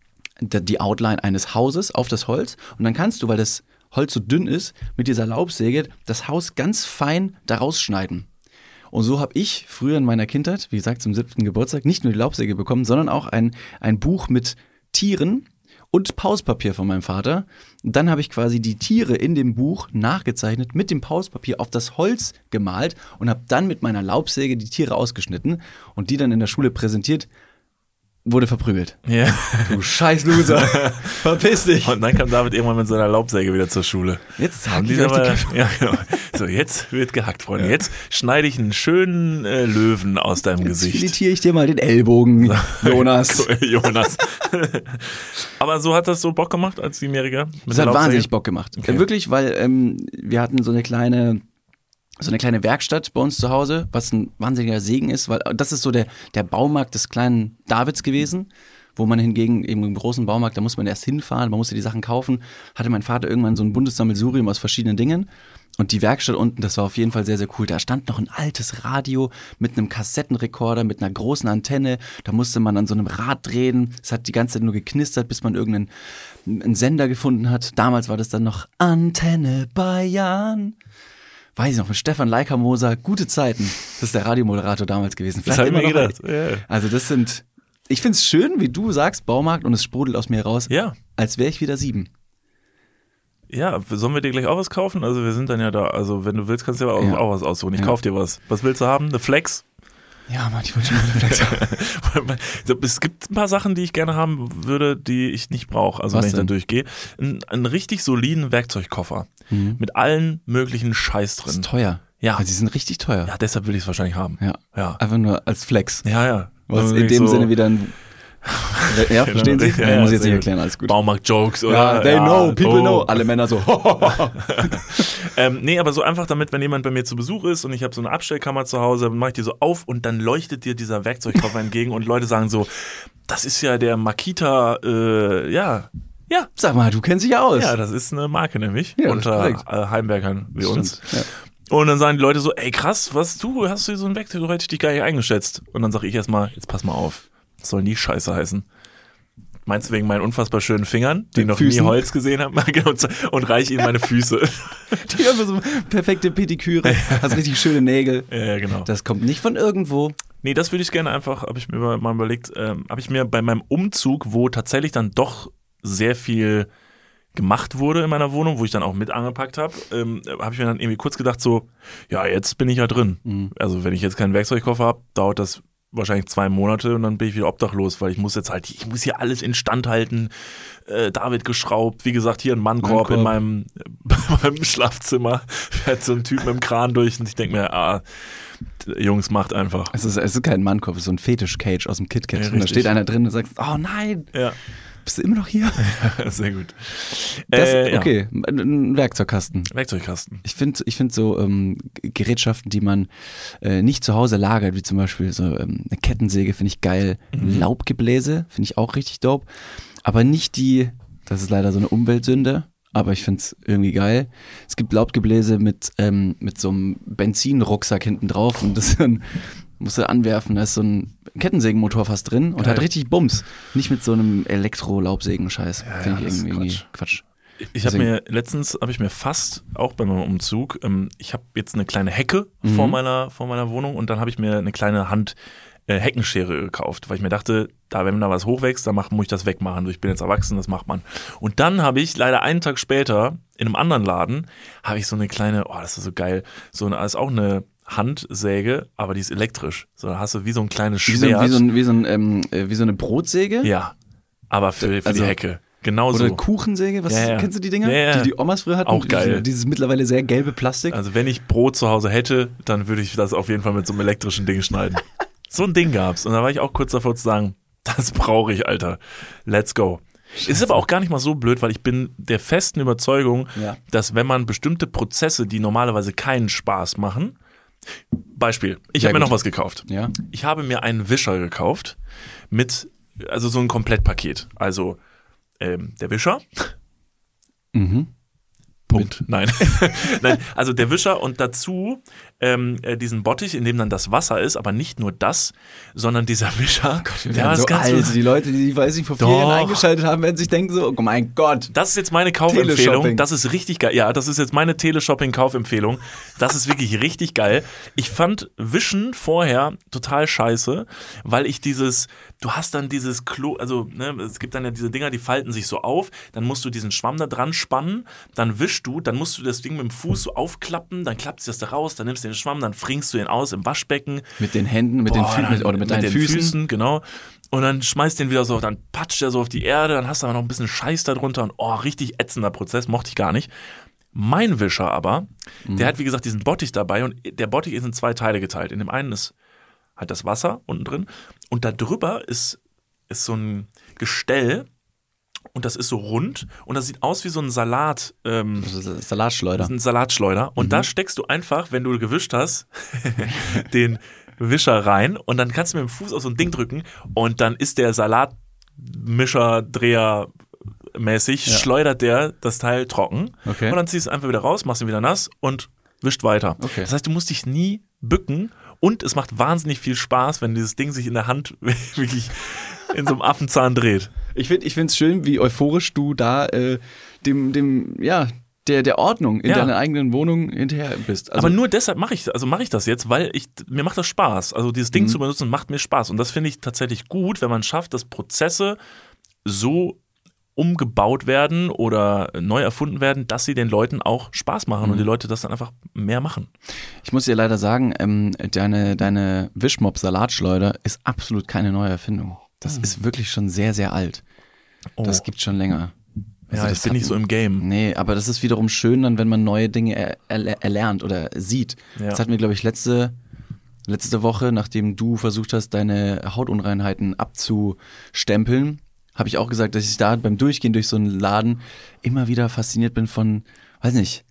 die Outline eines Hauses auf das Holz und dann kannst du, weil das Holz so dünn ist, mit dieser Laubsäge das Haus ganz fein daraus schneiden. Und so habe ich früher in meiner Kindheit, wie gesagt zum siebten Geburtstag, nicht nur die Laubsäge bekommen, sondern auch ein, ein Buch mit Tieren und Pauspapier von meinem Vater. Und dann habe ich quasi die Tiere in dem Buch nachgezeichnet, mit dem Pauspapier auf das Holz gemalt und habe dann mit meiner Laubsäge die Tiere ausgeschnitten und die dann in der Schule präsentiert. Wurde verprügelt. Ja. Du scheiß Loser. Verpiss dich. Und dann kam David irgendwann mit seiner Laubsäge wieder zur Schule. Jetzt haben die aber, ja, genau. So, jetzt wird gehackt, Freunde. Ja. Jetzt schneide ich einen schönen äh, Löwen aus deinem jetzt Gesicht. Jetzt filetiere ich dir mal den Ellbogen, Jonas. Jonas. Aber so hat das so Bock gemacht als Siebenjähriger? Das hat wahnsinnig Bock gemacht. Okay. Wirklich, weil ähm, wir hatten so eine kleine... so eine kleine Werkstatt bei uns zu Hause, was ein wahnsinniger Segen ist, weil das ist so der, der Baumarkt des kleinen Davids gewesen, wo man hingegen eben im großen Baumarkt, da muss man erst hinfahren, man musste die Sachen kaufen, hatte mein Vater irgendwann so ein Bundessammelsurium aus verschiedenen Dingen und die Werkstatt unten, das war auf jeden Fall sehr, sehr cool. Da stand noch ein altes Radio mit einem Kassettenrekorder, mit einer großen Antenne, da musste man an so einem Rad drehen, es hat die ganze Zeit nur geknistert, bis man irgendeinen einen Sender gefunden hat. Damals war das dann noch Antenne Bayern. Weiß ich noch, mit Stefan Leikamoser, gute Zeiten. Das ist der Radiomoderator damals gewesen. Vielleicht das habe ich mir gedacht. Ja. Also das sind, ich finde es schön, wie du sagst, Baumarkt und es sprudelt aus mir raus, ja. Als wäre ich wieder sieben. Ja, sollen wir dir gleich auch was kaufen? Also wir sind dann ja da, also wenn du willst, kannst du dir auch, ja. auch was aussuchen. Ich ja. kauf dir was. Was willst du haben? Eine Flex? Ja, Mann, ich wollte schon mal eine Flex haben. Es gibt ein paar Sachen, die ich gerne haben würde, die ich nicht brauche, also was wenn ich denn? dann durchgehe. Ein, einen richtig soliden Werkzeugkoffer mhm. mit allen möglichen Scheiß drin. Das ist teuer. Ja. Also die sind richtig teuer. Ja, deshalb will ich es wahrscheinlich haben. Ja. ja. Einfach nur als Flex. Ja, ja. Was also in dem so Sinne wieder ein... Ja, verstehen Sie? Ja, ja, ja, muss ich jetzt nicht erklären, alles gut. Baumarkt-Jokes, oder? Ja, they ja, know, people oh. know. Alle Männer so. ähm, nee, aber so einfach damit, wenn jemand bei mir zu Besuch ist und ich habe so eine Abstellkammer zu Hause, dann mache ich die so auf und dann leuchtet dir dieser Werkzeugkoffer entgegen und Leute sagen so, das ist ja der Makita, äh, ja, ja. Sag mal, du kennst dich aus. Ja, das ist eine Marke nämlich, ja, unter äh, Heimwerkern wie Stimmt. uns. Ja. Und dann sagen die Leute so, ey krass, was du, hast du so ein Werkzeug, hätte ich dich gar nicht eingeschätzt. Und dann sage ich erstmal, jetzt pass mal auf, das soll nie Scheiße heißen. Meinst du wegen meinen unfassbar schönen Fingern, die noch Füßen. nie Holz gesehen haben? Und reiche ihnen meine Füße. Die haben so perfekte Pediküre, hast richtig schöne Nägel. Ja, genau. Das kommt nicht von irgendwo. Nee, das würde ich gerne einfach, habe ich mir mal überlegt, ähm, habe ich mir bei meinem Umzug, wo tatsächlich dann doch sehr viel gemacht wurde in meiner Wohnung, wo ich dann auch mit angepackt habe, ähm, habe ich mir dann irgendwie kurz gedacht so, ja, jetzt bin ich ja drin. Mhm. Also wenn ich jetzt keinen Werkzeugkoffer habe, dauert das wahrscheinlich zwei Monate und dann bin ich wieder obdachlos, weil ich muss jetzt halt, ich muss hier alles instand halten. Äh, David geschraubt, wie gesagt, hier ein Mannkorb, Mannkorb. in meinem, meinem Schlafzimmer. Fährt so ein Typ mit dem Kran durch und ich denke mir, ah, Jungs, macht einfach. Es ist, es ist kein Mannkorb, es ist so ein Fetisch-Cage aus dem KitKat. Ja, und da steht einer drin und sagt, oh nein, ja. bist du immer noch hier? Ja, sehr gut. Das, äh, okay, ja. Ein Werkzeugkasten. Werkzeugkasten. Ich finde ich find so ähm, Gerätschaften, die man äh, nicht zu Hause lagert, wie zum Beispiel so ähm, eine Kettensäge, finde ich geil. Mhm. Laubgebläse finde ich auch richtig dope. Aber nicht die, das ist leider so eine Umweltsünde, aber ich finde es irgendwie geil. Es gibt Laubgebläse mit, ähm, mit so einem Benzinrucksack hinten drauf und das dann musst du anwerfen, da ist so ein Kettensägenmotor fast drin und Geil. hat richtig Bums. Nicht mit so einem Elektro-Laubsägen-Scheiß. Ja, Finde ja, ich irgendwie Quatsch. Quatsch. Ich habe mir, letztens habe ich mir fast, auch bei meinem Umzug, ähm, ich habe jetzt eine kleine Hecke Mhm. vor meiner, vor meiner Wohnung und dann habe ich mir eine kleine Hand äh, Heckenschere gekauft, weil ich mir dachte, da wenn da was hochwächst, dann mach, muss ich das wegmachen. Ich bin jetzt erwachsen, das macht man. Und dann habe ich leider einen Tag später in einem anderen Laden, habe ich so eine kleine, oh, das ist so geil, so eine, ist auch eine Handsäge, aber die ist elektrisch. So, da hast du wie so ein kleines Wie so, Schwert. wie so, ein, wie so, ein, ähm, äh, wie so eine Brotsäge? Ja, aber für, für Also- die Hecke. Genau Oder so. Kuchensäge? Was, Ja, ja. Kennst du die Dinger? Ja, ja. Die die Omas früher hatten? Auch geil. Diese, dieses mittlerweile sehr gelbe Plastik. Also wenn ich Brot zu Hause hätte, dann würde ich das auf jeden Fall mit so einem elektrischen Ding schneiden. So ein Ding gab's. Und da war ich auch kurz davor zu sagen, das brauche ich, Alter. Let's go. Ist aber auch gar nicht mal so blöd, weil ich bin der festen Überzeugung, Ja. dass wenn man bestimmte Prozesse, die normalerweise keinen Spaß machen, Beispiel, ich Ja, habe mir gut. noch was gekauft. Ja. Ich habe mir einen Wischer gekauft mit, also so ein Komplettpaket. Also ähm, der Wischer, Mhm. Punkt. Nein. Nein, also der Wischer und dazu ähm, diesen Bottich, in dem dann das Wasser ist, aber nicht nur das, sondern dieser Wischer. Oh Gott, der so alt. Die Leute, die, weiß ich, vor vier Jahren eingeschaltet haben, werden sich denken so, oh mein Gott. Das ist jetzt meine Kaufempfehlung. Das ist richtig geil. Ja, das ist jetzt meine Teleshopping-Kaufempfehlung. Das ist wirklich richtig geil. Ich fand Wischen vorher total scheiße, weil ich dieses, du hast dann dieses Klo, also ne, es gibt dann ja diese Dinger, die falten sich so auf, dann musst du diesen Schwamm da dran spannen, dann wischst du, dann musst du das Ding mit dem Fuß so aufklappen, dann klappt das da raus, dann nimmst du den Schwamm, dann fringst du ihn aus im Waschbecken. Mit den Händen, mit Boah, den Füßen mit, oder mit, mit deinen den Füßen. Füßen. Genau. Und dann schmeißt den wieder so, dann patscht er so auf die Erde, dann hast du aber noch ein bisschen Scheiß da drunter und oh, richtig ätzender Prozess, mochte ich gar nicht. Mein Wischer aber, mhm. der hat wie gesagt diesen Bottich dabei und der Bottich ist in zwei Teile geteilt. In dem einen ist halt das Wasser unten drin und da drüber ist, ist so ein Gestell und das ist so rund und das sieht aus wie so ein Salat. Ähm, Salatschleuder. Das ist ein Salatschleuder und mhm. da steckst du einfach, wenn du gewischt hast, den Wischer rein und dann kannst du mit dem Fuß auf so ein Ding drücken und dann ist der Salatmischer, Dreher mäßig, ja. schleudert der das Teil trocken okay. und dann ziehst du es einfach wieder raus, machst ihn wieder nass und wischt weiter. Okay. Das heißt, du musst dich nie bücken und es macht wahnsinnig viel Spaß, wenn dieses Ding sich in der Hand wirklich in so einem Affenzahn dreht. Ich finde ich finde es schön, wie euphorisch du da äh, dem, dem, ja, der, der Ordnung in ja. deiner eigenen Wohnung hinterher bist. Also aber nur deshalb mache ich, also mache ich das jetzt, weil ich, mir macht das Spaß. Also dieses Ding mhm. zu benutzen macht mir Spaß. Und das finde ich tatsächlich gut, wenn man schafft, dass Prozesse so umgebaut werden oder neu erfunden werden, dass sie den Leuten auch Spaß machen mhm. und die Leute das dann einfach mehr machen. Ich muss dir leider sagen, ähm, deine, deine Wischmopp-Salatschleuder ist absolut keine neue Erfindung. Das mhm. ist wirklich schon sehr, sehr alt. Oh. Das gibt schon länger. Also ja, das bin ich so im Game. Nee, aber das ist wiederum schön dann, wenn man neue Dinge er, er, erlernt oder sieht. Ja. Das hatten wir, glaube ich, letzte, letzte Woche, nachdem du versucht hast, deine Hautunreinheiten abzustempeln, habe ich auch gesagt, dass ich da beim Durchgehen durch so einen Laden immer wieder fasziniert bin von, weiß nicht,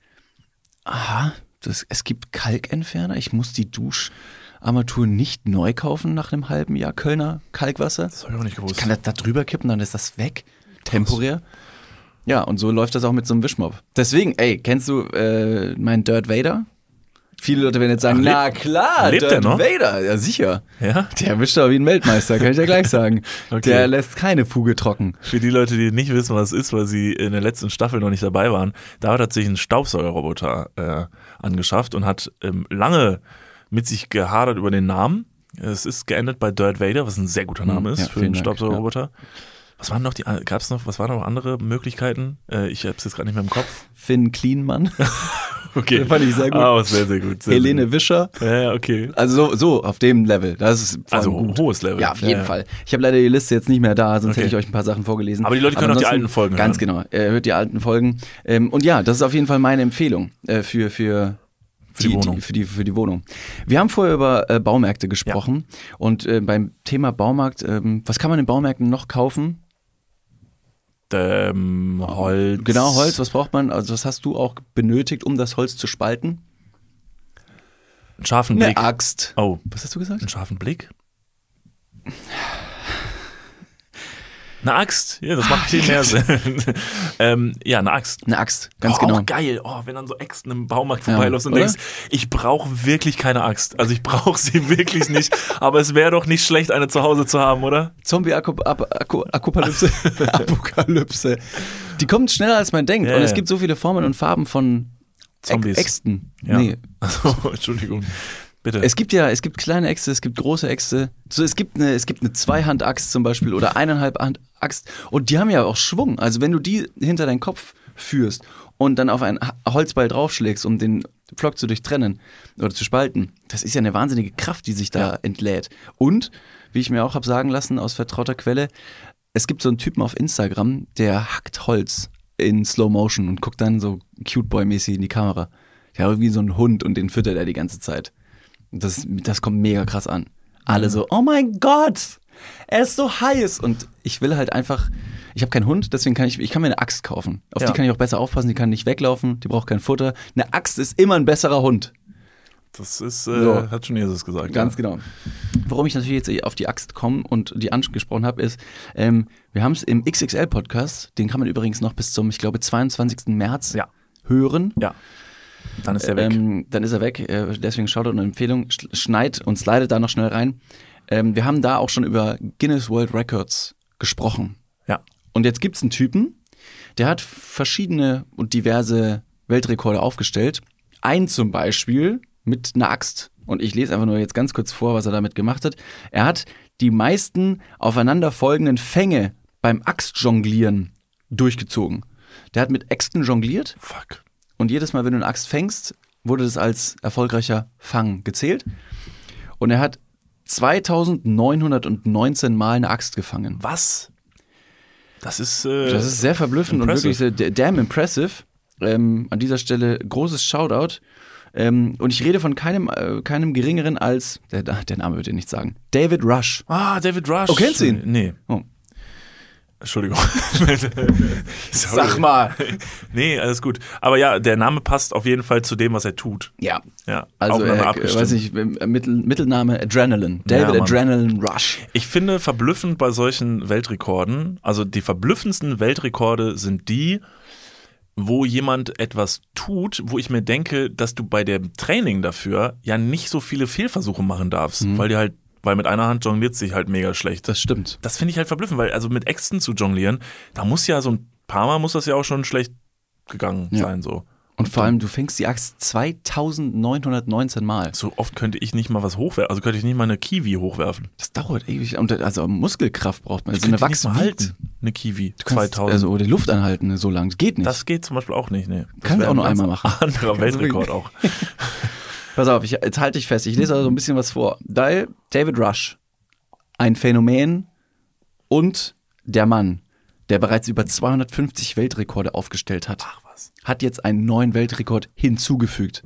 aha, das, es gibt Kalkentferner, ich muss die Duscharmatur nicht neu kaufen nach einem halben Jahr Kölner Kalkwasser. Das habe ich auch nicht gewusst. Ich kann das da drüber kippen, dann ist das weg, temporär. Ja, und so läuft das auch mit so einem Wischmopp. Deswegen, ey, kennst du äh, meinen Dirt Vader? Viele Leute werden jetzt sagen, Ach, na klar, lebt Dirt der noch? Vader, ja sicher. Ja? Der wischt aber wie ein Weltmeister, kann ich ja gleich sagen. Okay. Der lässt keine Fuge trocken. Für die Leute, die nicht wissen, was es ist, weil sie in der letzten Staffel noch nicht dabei waren, David hat sich einen Staubsaugerroboter äh, angeschafft und hat ähm, lange mit sich gehadert über den Namen. Es ist geendet bei Dirt Vader, was ein sehr guter Name ist ja, für einen Staubsaugerroboter. Ja. Was waren noch die, gab's noch, was waren noch andere Möglichkeiten? Äh, ich hab's jetzt gerade nicht mehr im Kopf. Finn Klienmann. Okay. Das fand ich sehr gut. Ah, sehr, sehr gut. Sehr, Helene sehr gut. Wischer. Ja, ja, okay. Also so, so auf dem Level. Das ist also gut. hohes Level. Ja, auf jeden ja, Fall. Ich habe leider die Liste jetzt nicht mehr da, sonst okay. hätte ich euch ein paar Sachen vorgelesen. Aber die Leute können auch die alten Folgen ganz hören. Ganz genau. Hört die alten Folgen. Und ja, das ist auf jeden Fall meine Empfehlung für, für Für die, die Wohnung. Die, für, die, für die Wohnung. Wir haben vorher über äh, Baumärkte gesprochen. Ja. Und äh, beim Thema Baumarkt, ähm, was kann man in Baumärkten noch kaufen? Ähm, Holz. Genau, Holz. Was braucht man? Also was hast du auch benötigt, um das Holz zu spalten? Einen scharfen Blick. Eine Axt. Oh. Was hast du gesagt? Einen scharfen Blick? Eine Axt, ja, das macht viel mehr Sinn. ähm, ja, eine Axt. Eine Axt, ganz oh, genau. Auch geil, oh, wenn dann so Äxten im Baumarkt vorbeiläufst ja, und denkst, ich brauche wirklich keine Axt. Also ich brauche sie wirklich nicht, aber es wäre doch nicht schlecht, eine zu Hause zu haben, oder? Zombie-Apokalypse. Apokalypse. Die kommt schneller, als man denkt. Ja, und es gibt so viele Formen und Farben von Zombies. Äxten. Ja. Nee. Also, Entschuldigung. Bitte. Es gibt ja, es gibt kleine Äxte, es gibt große Äxte. So, es gibt eine, es gibt eine Zweihand-Axt zum Beispiel oder eineinhalb Hand-Axt. Und die haben ja auch Schwung. Also wenn du die hinter deinen Kopf führst und dann auf einen Holzball draufschlägst, um den Pflock zu durchtrennen oder zu spalten, das ist ja eine wahnsinnige Kraft, die sich da ja. entlädt. Und, wie ich mir auch habe sagen lassen aus vertrauter Quelle, es gibt so einen Typen auf Instagram, der hackt Holz in Slow Motion und guckt dann so Cute Boy-mäßig in die Kamera. Ja, irgendwie so ein Hund und den füttert er die ganze Zeit. Das, das kommt mega krass an. Alle so, oh mein Gott, er ist so heiß. Und ich will halt einfach, ich habe keinen Hund, deswegen kann ich, ich kann mir eine Axt kaufen. Auf ja. die kann ich auch besser aufpassen, die kann nicht weglaufen, die braucht kein Futter. Eine Axt ist immer ein besserer Hund. Das ist, äh, so. hat schon Jesus gesagt. Ganz ja. genau. Warum ich natürlich jetzt auf die Axt komme und die angesprochen habe, ist, ähm, wir haben es im X X L-Podcast, den kann man übrigens noch bis zum, ich glaube, zweiundzwanzigsten März ja. hören. Ja. Dann ist er weg. Ähm, dann ist er weg. Äh, deswegen Shoutout und Empfehlung. Schneid und slidet da noch schnell rein. Ähm, wir haben da auch schon über Guinness World Records gesprochen. Ja. Und jetzt gibt's einen Typen, der hat verschiedene und diverse Weltrekorde aufgestellt. Einen zum Beispiel mit einer Axt. Und ich lese einfach nur jetzt ganz kurz vor, was er damit gemacht hat. Er hat die meisten aufeinanderfolgenden Fänge beim Axtjonglieren durchgezogen. Der hat mit Äxten jongliert. Fuck. Und jedes Mal, wenn du eine Axt fängst, wurde das als erfolgreicher Fang gezählt. Und er hat zweitausendneunhundertneunzehn Mal eine Axt gefangen. Was? Das ist äh, Das ist sehr verblüffend impressive. und wirklich sehr damn impressive. Ähm, an dieser Stelle großes Shoutout. Ähm, und ich rede von keinem, äh, keinem geringeren als, der, der Name wird dir nichts sagen, David Rush. Ah, David Rush. Oh, kennst du ihn? Nee. Oh. Entschuldigung. Sag mal. Nee, alles gut. Aber ja, der Name passt auf jeden Fall zu dem, was er tut. Ja. Ja, Also, aufeinander äh, abgestimmt. weiß ich, Mittel, Mittelname Adrenaline. David Ja, Mann. Adrenaline Rush. Ich finde verblüffend bei solchen Weltrekorden, also die verblüffendsten Weltrekorde sind die, wo jemand etwas tut, wo ich mir denke, dass du bei dem Training dafür ja nicht so viele Fehlversuche machen darfst, Mhm. weil die halt, weil mit einer Hand jongliert sich halt mega schlecht. Das stimmt. Das finde ich halt verblüffend, weil also mit Äxten zu jonglieren, da muss ja so ein paar Mal muss das ja auch schon schlecht gegangen Ja. sein so. Und vor allem, du fängst die Axt zweitausendneunhundertneunzehn Mal. So oft könnte ich nicht mal was hochwerfen, also könnte ich nicht mal eine Kiwi hochwerfen. Das dauert ewig. Und also Muskelkraft braucht man. Ich Also eine könnte die nicht mal Wachswiegt. halten, eine Kiwi. Du kannst zweitausend. also die Luft anhalten so lang. Das geht nicht. Das geht zum Beispiel auch nicht, ne. Das Kann ich wäre auch nur ein ganz einmal machen. Anderer Weltrekord auch. Pass auf, ich, jetzt halte ich fest. Ich lese also ein bisschen was vor. Weil David Rush, ein Phänomen und der Mann, der bereits über zweihundertfünfzig Weltrekorde aufgestellt hat, Ach was. hat jetzt einen neuen Weltrekord hinzugefügt.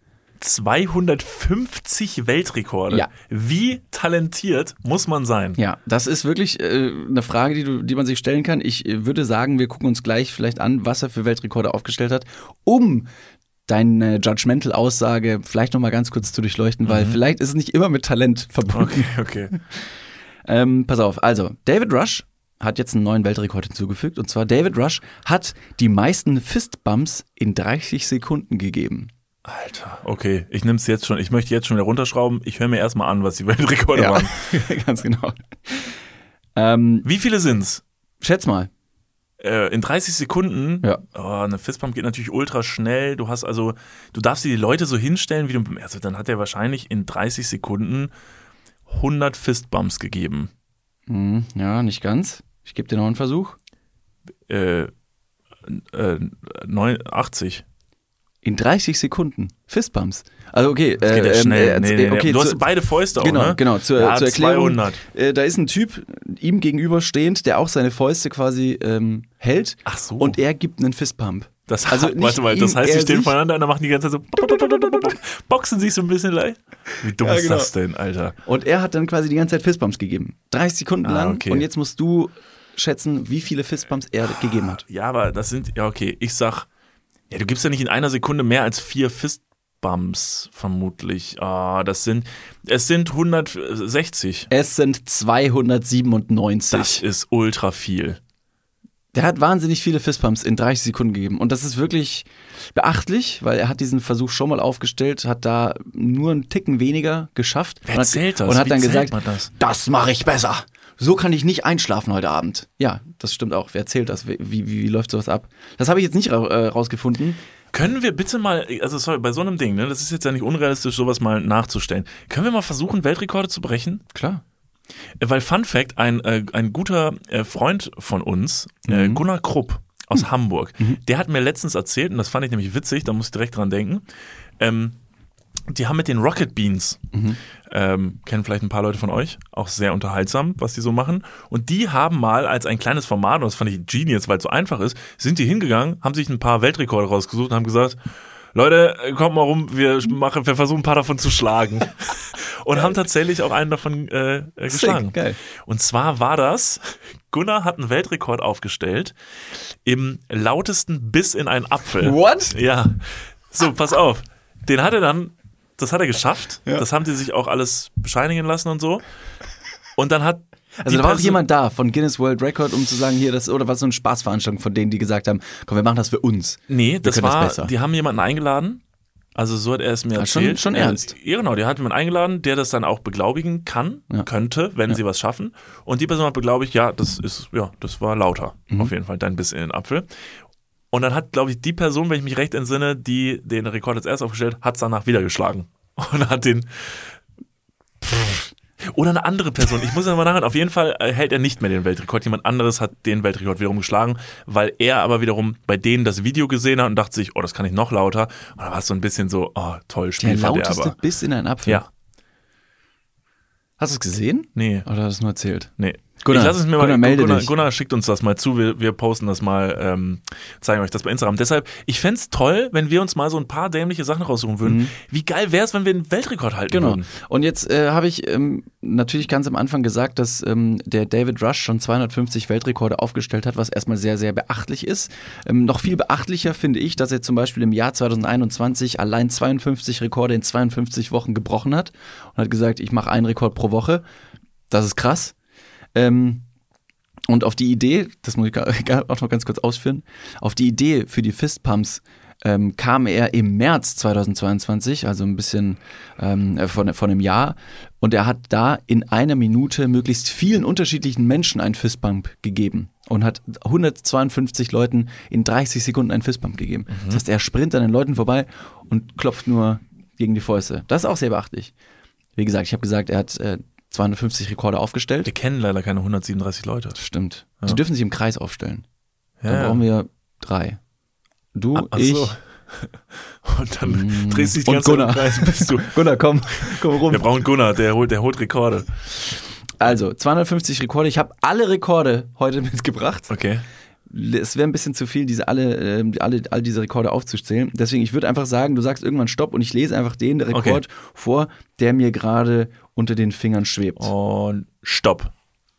zweihundertfünfzig Weltrekorde. Ja. Wie talentiert muss man sein? Ja, das ist wirklich äh, eine Frage, die, du, die man sich stellen kann. Ich äh, würde sagen, wir gucken uns gleich vielleicht an, was er für Weltrekorde aufgestellt hat, um deine Judgmental-Aussage vielleicht nochmal ganz kurz zu durchleuchten, weil vielleicht ist es nicht immer mit Talent verbunden. Okay, okay. Ähm, pass auf, also David Rush hat jetzt einen neuen Weltrekord hinzugefügt und zwar David Rush hat die meisten Fistbumps in dreißig Sekunden gegeben. Alter, okay. Ich nehme es jetzt schon. Ich möchte jetzt schon wieder runterschrauben. Ich höre mir erstmal an, was die Weltrekorde waren. Ganz genau. Ähm, Wie viele sind's? schätz mal. Äh, in dreißig Sekunden? Ja. Oh, eine Fistbump geht natürlich ultra schnell. Du hast also, du darfst dir die Leute so hinstellen, wie du, also dann hat er wahrscheinlich in dreißig Sekunden hundert Fistbumps gegeben. Hm, ja, nicht ganz. Ich gebe dir noch einen Versuch. Äh, äh, neun, achtzig. In dreißig Sekunden. Fistbumps. Also okay. Das geht ja ähm, schnell. äh, nee, nee, nee. okay, du hast zu- beide Fäuste Genau, auch, ne? genau. Zur, Ja, zur Erklärung. zweihundert. Äh, da ist ein Typ ihm gegenüberstehend, der auch seine Fäuste quasi ähm, hält. Ach so. Und er gibt einen Fistpump. Das, Also also, nicht warte mal, das ihm, heißt, er die stehen sich- voneinander und dann machen die ganze Zeit so boxen sich so ein bisschen leicht. Wie dumm Ja, ist genau. das denn, Alter? Und er hat dann quasi die ganze Zeit Fistbumps gegeben. dreißig Sekunden Ah, lang. okay. Und jetzt musst du schätzen, wie viele Fistbumps er gegeben hat. Ja, aber das sind, ja okay, ich sag, ja, du gibst ja nicht in einer Sekunde mehr als vier Fistbumps, vermutlich. Ah, das sind, es sind hundertsechzig. Es sind zweihundertsiebenundneunzig. Das ist ultra viel. Der hat wahnsinnig viele Fistpumps in dreißig Sekunden gegeben. Und das ist wirklich beachtlich, weil er hat diesen Versuch schon mal aufgestellt, hat da nur einen Ticken weniger geschafft. Wer und hat, zählt das? Und hat Wie dann zählt gesagt, man das? das mache ich besser. So kann ich nicht einschlafen heute Abend. Ja, das stimmt auch. Wer zählt das? Wie, wie, wie läuft sowas ab? Das habe ich jetzt nicht ra äh, rausgefunden. Können wir bitte mal, also sorry, bei so einem Ding, ne, das ist jetzt ja nicht unrealistisch, sowas mal nachzustellen. Können wir mal versuchen, Weltrekorde zu brechen? Klar. Weil Fun Fact, ein, äh, ein guter äh, Freund von uns, äh, Mhm. Gunnar Krupp aus Hamburg, der hat mir letztens erzählt, und das fand ich nämlich witzig, da muss ich direkt dran denken, ähm, die haben mit den Rocket Beans, Mhm. ähm, kennen vielleicht ein paar Leute von euch, auch sehr unterhaltsam, was die so machen. Und die haben mal als ein kleines Format, und das fand ich genius, weil es so einfach ist, sind die hingegangen, haben sich ein paar Weltrekorde rausgesucht und haben gesagt, Leute, kommt mal rum, wir machen, wir versuchen ein paar davon zu schlagen. Und haben tatsächlich auch einen davon äh, geschlagen. Sick, geil. Und zwar war das, Gunnar hat einen Weltrekord aufgestellt im lautesten Biss in einen Apfel. What? Ja. So, pass auf. Den hat er dann, das hat er geschafft. Ja. Das haben die sich auch alles bescheinigen lassen und so. Und dann hat Also da war auch jemand da von Guinness World Record, um zu sagen, hier, das oder was so eine Spaßveranstaltung von denen, die gesagt haben, komm, wir machen das für uns. Nee, das war, das die haben jemanden eingeladen, also so hat er es mir ja, erzählt. Schon, schon ernst. Ja, genau, die hat jemanden eingeladen, der das dann auch beglaubigen kann, ja. könnte, wenn ja. sie was schaffen. Und die Person hat beglaubigt, ja, das ist, ja, das war lauter, mhm. auf jeden Fall, dein Biss in den Apfel. Und dann hat, glaube ich, die Person, wenn ich mich recht entsinne, die den Rekord als erst aufgestellt hat, es danach wieder geschlagen. Und hat den pff, oder eine andere Person, ich muss ja mal nachhören, auf jeden Fall hält er nicht mehr den Weltrekord, jemand anderes hat den Weltrekord wiederum geschlagen, weil er aber wiederum bei denen das Video gesehen hat und dachte sich, oh, das kann ich noch lauter. Und da war es so ein bisschen so, oh, toll, Spielverderber. Der lauteste Biss in einen Apfel? Ja. Hast du es gesehen? Nee. Oder hast du es nur erzählt? Nee. Gunnar, ich lasse es mir Gunnar, mal, melde Gunnar, dich. Gunnar schickt uns das mal zu, wir, wir posten das mal, ähm, zeigen euch das bei Instagram. Deshalb, ich fände es toll, wenn wir uns mal so ein paar dämliche Sachen raussuchen würden. Mhm. Wie geil wäre es, wenn wir einen Weltrekord halten genau. würden? Und jetzt äh, habe ich ähm, natürlich ganz am Anfang gesagt, dass ähm, der David Rush schon zweihundertfünfzig Weltrekorde aufgestellt hat, was erstmal sehr, sehr beachtlich ist. Ähm, noch viel beachtlicher finde ich, dass er zum Beispiel im Jahr zweitausendeinundzwanzig allein zweiundfünfzig Rekorde in zweiundfünfzig Wochen gebrochen hat und hat gesagt, ich mache einen Rekord pro Woche. Das ist krass. Ähm, Und auf die Idee, das muss ich auch noch ganz kurz ausführen, auf die Idee für die Fistpumps ähm, kam er im März zweitausendzweiundzwanzig, also ein bisschen ähm, von, von einem Jahr. Und er hat da in einer Minute möglichst vielen unterschiedlichen Menschen einen Fistpump gegeben und hat hundertzweiundfünfzig Leuten in dreißig Sekunden einen Fistpump gegeben. Mhm. Das heißt, er sprintet an den Leuten vorbei und klopft nur gegen die Fäuste. Das ist auch sehr beachtlich. Wie gesagt, ich habe gesagt, er hat äh, zweihundertfünfzig Rekorde aufgestellt. Wir kennen leider keine hundertsiebenunddreißig Leute. Stimmt. Ja. Die dürfen sich im Kreis aufstellen. Ja, dann brauchen wir drei. Du, ah, ich. So. Und dann mm, drehst du dich die und ganze Gunnar. Zeit im Kreis, bist du. Gunnar, komm, komm rum. Wir brauchen Gunnar, der holt, der holt Rekorde. Also, zweihundertfünfzig Rekorde. Ich habe alle Rekorde heute mitgebracht. Okay. Es wäre ein bisschen zu viel, diese alle, äh, alle, all diese Rekorde aufzuzählen. Deswegen, ich würde einfach sagen, du sagst irgendwann Stopp und ich lese einfach den Rekord okay. vor, der mir gerade unter den Fingern schwebt. Und Stopp.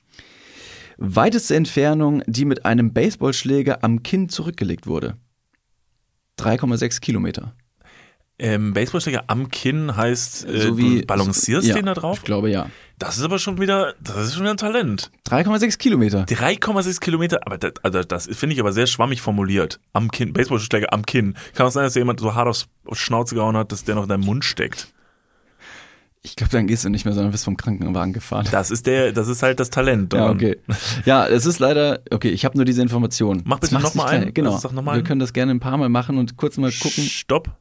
Weiteste Entfernung, die mit einem Baseballschläger am Kinn zurückgelegt wurde. drei Komma sechs Kilometer. Ähm, Baseballschläger am Kinn heißt, äh, so wie, du balancierst ja, den da drauf? Ich glaube, ja. Das ist aber schon wieder, das ist schon wieder ein Talent. drei Komma sechs Kilometer. drei Komma sechs Kilometer, aber das, also das finde ich aber sehr schwammig formuliert. Am Kinn, Baseballschläger am Kinn. Kann auch sein, dass dir jemand so hart aufs Schnauze gehauen hat, dass der noch in deinem Mund steckt. Ich glaube, dann gehst du nicht mehr, sondern wirst vom Krankenwagen gefahren. Das ist der, das ist halt das Talent. Ja, okay. Ja, es ist leider, okay, ich habe nur diese Information. Mach bitte nochmal ein. Genau. Noch mal Wir ein. können das gerne ein paar Mal machen und kurz mal gucken. Stopp.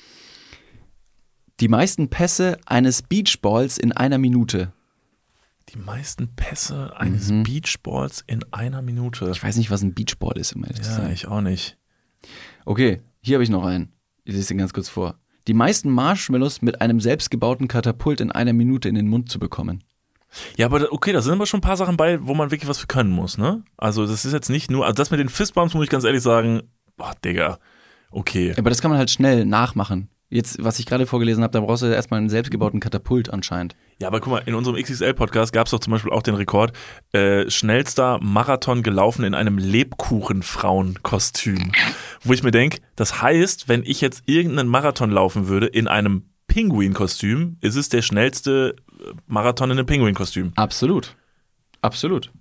Die meisten Pässe eines Beachballs in einer Minute. Die meisten Pässe eines mhm. Beachballs in einer Minute. Ich weiß nicht, was ein Beachball ist. Um ehrlich zu sein. Ja, ich auch nicht. Okay, hier habe ich noch einen. Ich lese den ganz kurz vor. Die meisten Marshmallows mit einem selbstgebauten Katapult in einer Minute in den Mund zu bekommen. Ja, aber okay, da sind aber schon ein paar Sachen bei, wo man wirklich was für können muss, ne? Also das ist jetzt nicht nur, also das mit den Fistbumps muss ich ganz ehrlich sagen, boah, Digga, okay. Aber das kann man halt schnell nachmachen. Jetzt, was ich gerade vorgelesen habe, da brauchst du ja erstmal einen selbstgebauten Katapult anscheinend. Ja, aber guck mal, in unserem X X L-Podcast gab es doch zum Beispiel auch den Rekord, äh, schnellster Marathon gelaufen in einem Lebkuchenfrauenkostüm. Wo ich mir denke, das heißt, wenn ich jetzt irgendeinen Marathon laufen würde in einem Pinguinkostüm, ist es der schnellste Marathon in einem Pinguinkostüm. Absolut. Absolut.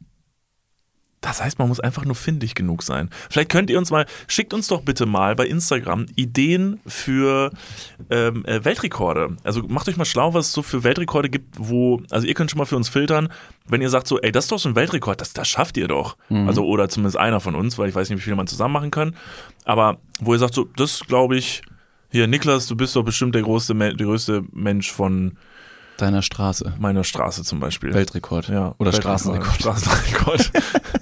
Das heißt, man muss einfach nur findig genug sein. Vielleicht könnt ihr uns mal, schickt uns doch bitte mal bei Instagram Ideen für ähm, äh, Weltrekorde. Also macht euch mal schlau, was es so für Weltrekorde gibt, wo, also ihr könnt schon mal für uns filtern, wenn ihr sagt so, ey, das ist doch so ein Weltrekord, das, das schafft ihr doch. Mhm. Also oder zumindest einer von uns, weil ich weiß nicht, wie viele man zusammen machen kann. Aber wo ihr sagt so, das glaube ich, hier Niklas, du bist doch bestimmt der größte, der größte Mensch von deiner Straße. Meiner Straße zum Beispiel. Weltrekord. Ja. Oder Weltrekord. Straßenrekord. Straßenrekord.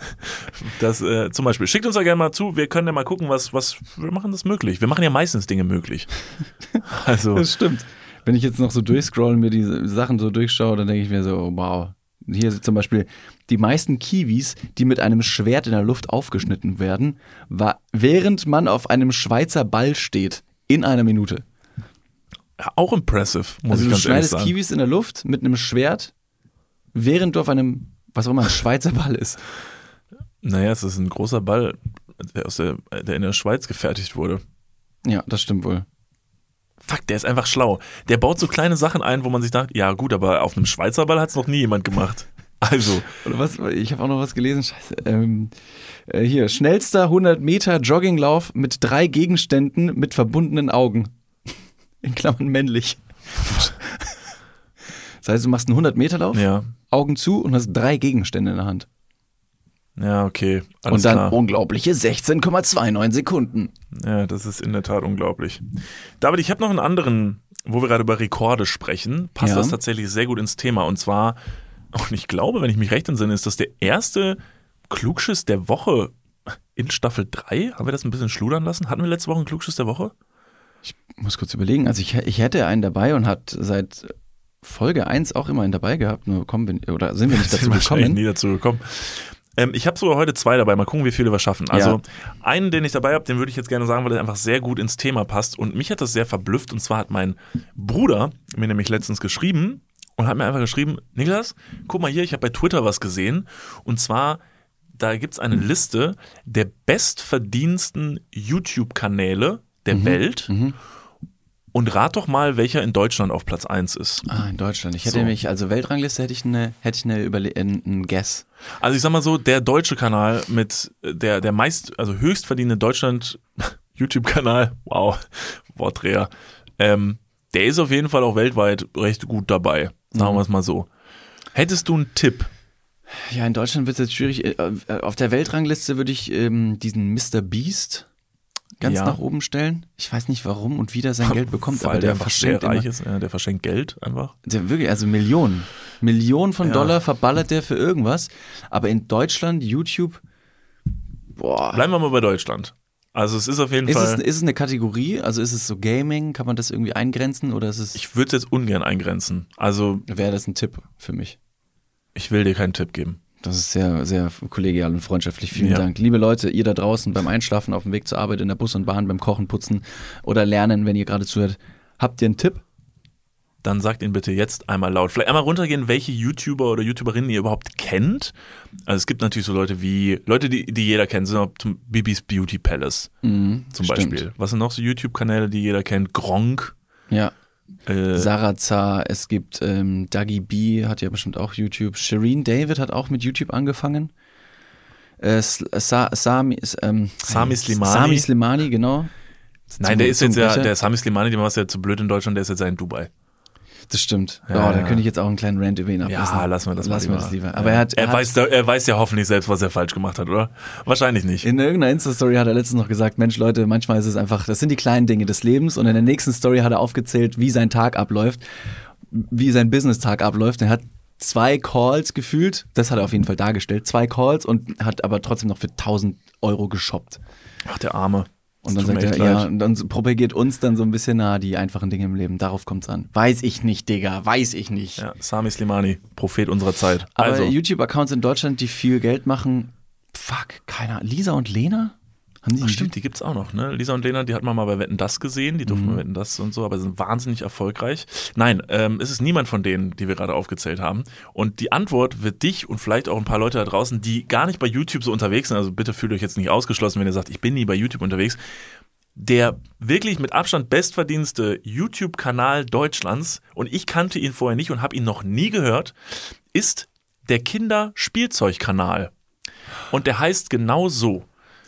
Das äh, zum Beispiel. Schickt uns da gerne mal zu. Wir können ja mal gucken, was, was, wir machen das möglich. Wir machen ja meistens Dinge möglich. Also. Das stimmt. Wenn ich jetzt noch so durchscroll und mir die Sachen so durchschaue, dann denke ich mir so, wow. Hier ist zum Beispiel die meisten Kiwis, die mit einem Schwert in der Luft aufgeschnitten werden, war, während man auf einem Schweizer Ball steht, in einer Minute. Ja, auch impressive, muss also ich ganz ehrlich sagen. Du schneidest Kiwis in der Luft mit einem Schwert, während du auf einem, was auch immer, ein Schweizer Ball ist. Naja, es ist ein großer Ball, der, aus der, der in der Schweiz gefertigt wurde. Ja, das stimmt wohl. Fuck, der ist einfach schlau. Der baut so kleine Sachen ein, wo man sich sagt, ja gut, aber auf einem Schweizer Ball hat es noch nie jemand gemacht. Also. Oder was, ich habe auch noch was gelesen, scheiße. Ähm, äh, hier, schnellster hundert Meter Jogginglauf mit drei Gegenständen mit verbundenen Augen. In Klammern männlich. Das heißt, du machst einen hundert Meter Lauf, ja. Augen zu und hast drei Gegenstände in der Hand. Ja, okay. Alles und dann klar. unglaubliche sechzehn Komma neunundzwanzig Sekunden. Ja, das ist in der Tat unglaublich. David, ich habe noch einen anderen, wo wir gerade über Rekorde sprechen, passt Ja. das tatsächlich sehr gut ins Thema. Und zwar, und ich glaube, wenn ich mich recht entsinne, ist das der erste Klugschiss der Woche in Staffel drei. Haben wir das ein bisschen schludern lassen? Hatten wir letzte Woche einen Klugschiss der Woche? Ich muss kurz überlegen. Also ich, ich hätte einen dabei und hat seit Folge eins auch immer einen dabei gehabt. Nur kommen wir, oder sind wir nicht dazu gekommen? nie dazu gekommen. Ähm, ich habe sogar heute zwei dabei. Mal gucken, wie viele wir schaffen. Also Ja. einen, den ich dabei habe, den würde ich jetzt gerne sagen, weil der einfach sehr gut ins Thema passt. Und mich hat das sehr verblüfft. Und zwar hat mein Bruder mir nämlich letztens geschrieben und hat mir einfach geschrieben, Niklas, guck mal hier, ich habe bei Twitter was gesehen. Und zwar, da gibt es eine Liste der bestverdiensten YouTube-Kanäle der Mhm. Welt. Mhm. Und rat doch mal, welcher in Deutschland auf Platz eins ist. Ah, in Deutschland. Ich hätte So. mich, also Weltrangliste hätte ich eine, hätte ich eine Überle einen Guess. Also ich sag mal so, der deutsche Kanal mit der, der meist, also höchst verdienende Deutschland YouTube-Kanal, wow, Wortdreher, ähm, der ist auf jeden Fall auch weltweit recht gut dabei, sagen wir es mal so. Hättest du einen Tipp? Ja, in Deutschland wird es jetzt schwierig. Äh, Auf der Weltrangliste würde ich ähm, diesen Mister Beast ganz Ja. nach oben stellen. Ich weiß nicht warum und wie der sein Geld bekommt, Weil aber der der einfach sehr verschenkt immer, reich ist, ja, der verschenkt Geld einfach. der wirklich, also Millionen. Millionen von Ja. Dollar verballert der für irgendwas. Aber in Deutschland, YouTube, boah. Bleiben wir mal bei Deutschland. Also es ist auf jeden Ist es, Fall, ist es eine Kategorie? Also ist es so Gaming? Kann man das irgendwie eingrenzen oder ist es, ich würde es jetzt ungern eingrenzen. Also wäre das ein Tipp für mich? ich will dir keinen Tipp geben. Das ist sehr, sehr kollegial und freundschaftlich. Vielen Ja. Dank. Liebe Leute, ihr da draußen beim Einschlafen, auf dem Weg zur Arbeit, in der Bus und Bahn, beim Kochen, Putzen oder Lernen, wenn ihr gerade zuhört, habt ihr einen Tipp? Dann sagt ihn bitte jetzt einmal laut. Vielleicht einmal runtergehen, welche YouTuber oder YouTuberinnen ihr überhaupt kennt. Also es gibt natürlich so Leute wie, Leute, die, die jeder kennt, sind auch zum Bibis Beauty Palace Mhm, zum stimmt. Beispiel. Was sind noch so YouTube-Kanäle, die jeder kennt? Gronk. Ja. Äh, Sarazar, es gibt ähm, Dougie B, hat ja bestimmt auch YouTube. Shireen David hat auch mit YouTube angefangen. Äh, Sa Sami, ähm, Sami Slimani. Sami Slimani, genau. nein, der ist jetzt ja, Brecher. der Sami Slimani, dem war es ja zu blöd in Deutschland, der ist jetzt ja in Dubai. Das stimmt. Ja, Ja, da ja. könnte ich jetzt auch einen kleinen Rant über ihn ablassen. Ja, lassen wir das lassen mal wir das lieber. Ja. Aber er hat, er er, hat weiß, er weiß ja hoffentlich selbst, was er falsch gemacht hat, oder? Wahrscheinlich nicht. in irgendeiner Insta-Story hat er letztens noch gesagt, Mensch Leute, manchmal ist es einfach, das sind die kleinen Dinge des Lebens und in der nächsten Story hat er aufgezählt, wie sein Tag abläuft, wie sein Business-Tag abläuft. Er hat zwei Calls gefühlt, das hat er auf jeden Fall dargestellt, zwei Calls und hat aber trotzdem noch für tausend Euro geshoppt. Ach, der Arme. Und Das dann tut sagt mir er, echt ja, leid. und dann propagiert uns dann so ein bisschen nahe die einfachen Dinge im Leben. Darauf kommt's an. Weiß ich nicht, Digga, weiß ich nicht. Ja, Sami Slimani, Prophet unserer Zeit. Aber Also, YouTube-Accounts in Deutschland, die viel Geld machen, fuck, keiner. Lisa und Lena? Haben die ach stimmt, die gibt's auch noch, ne? Lisa und Lena, die hat man mal bei Wetten, das gesehen, die durften Mhm. bei Wetten, das und so, aber sind wahnsinnig erfolgreich. Nein, ähm, es ist niemand von denen, die wir gerade aufgezählt haben. Und die Antwort wird dich und vielleicht auch ein paar Leute da draußen, die gar nicht bei YouTube so unterwegs sind, also bitte fühlt euch jetzt nicht ausgeschlossen, wenn ihr sagt, ich bin nie bei YouTube unterwegs. Der wirklich mit Abstand bestverdienste YouTube-Kanal Deutschlands, und ich kannte ihn vorher nicht und habe ihn noch nie gehört, ist der Kinderspielzeugkanal. Und der heißt genau so.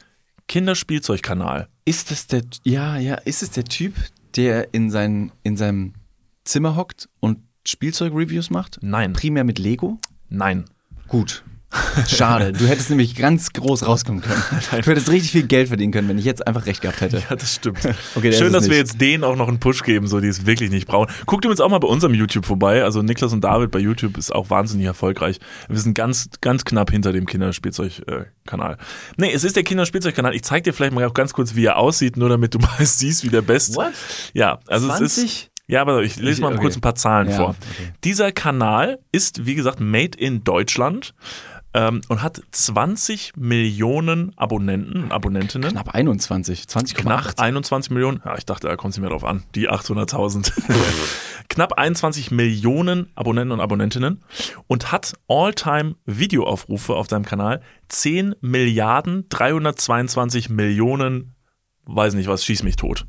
Kinderspielzeugkanal. Ist es der, ja, ja, ist es der Typ, der in, sein, in seinem Zimmer hockt und Spielzeug-Reviews macht? Nein, Primär mit Lego? nein. Gut. Schade. Du hättest nämlich ganz groß rauskommen können. Du hättest richtig viel Geld verdienen können, wenn ich jetzt einfach recht gehabt hätte. Ja, das stimmt. Okay, der Schön, ist es dass wir nicht. jetzt denen auch noch einen Push geben, so die es wirklich nicht brauchen. Guckt übrigens auch mal bei unserem YouTube vorbei. Also Niklas und David bei YouTube ist auch wahnsinnig erfolgreich. Wir sind ganz, ganz knapp hinter dem Kinderspielzeugkanal. Nee, es ist der Kinderspielzeugkanal. Ich zeig dir vielleicht mal auch ganz kurz, wie er aussieht, nur damit du mal siehst, wie der Best. What? Ja, also es ist. zwanzig? Ja, aber ich lese mal Okay. kurz ein paar Zahlen Ja, vor. okay. Dieser Kanal ist, wie gesagt, made in Deutschland ähm, und hat zwanzig Millionen Abonnenten und Abonnentinnen. Knapp einundzwanzig. zwanzig Komma Knapp acht. einundzwanzig Millionen. Ja, ich dachte, da kommt es nicht mehr drauf an. Die achthunderttausend. Knapp einundzwanzig Millionen Abonnenten und Abonnentinnen und hat All-Time-Videoaufrufe auf seinem Kanal zehn Milliarden dreihundertzweiundzwanzig Millionen, weiß nicht was, schieß mich tot.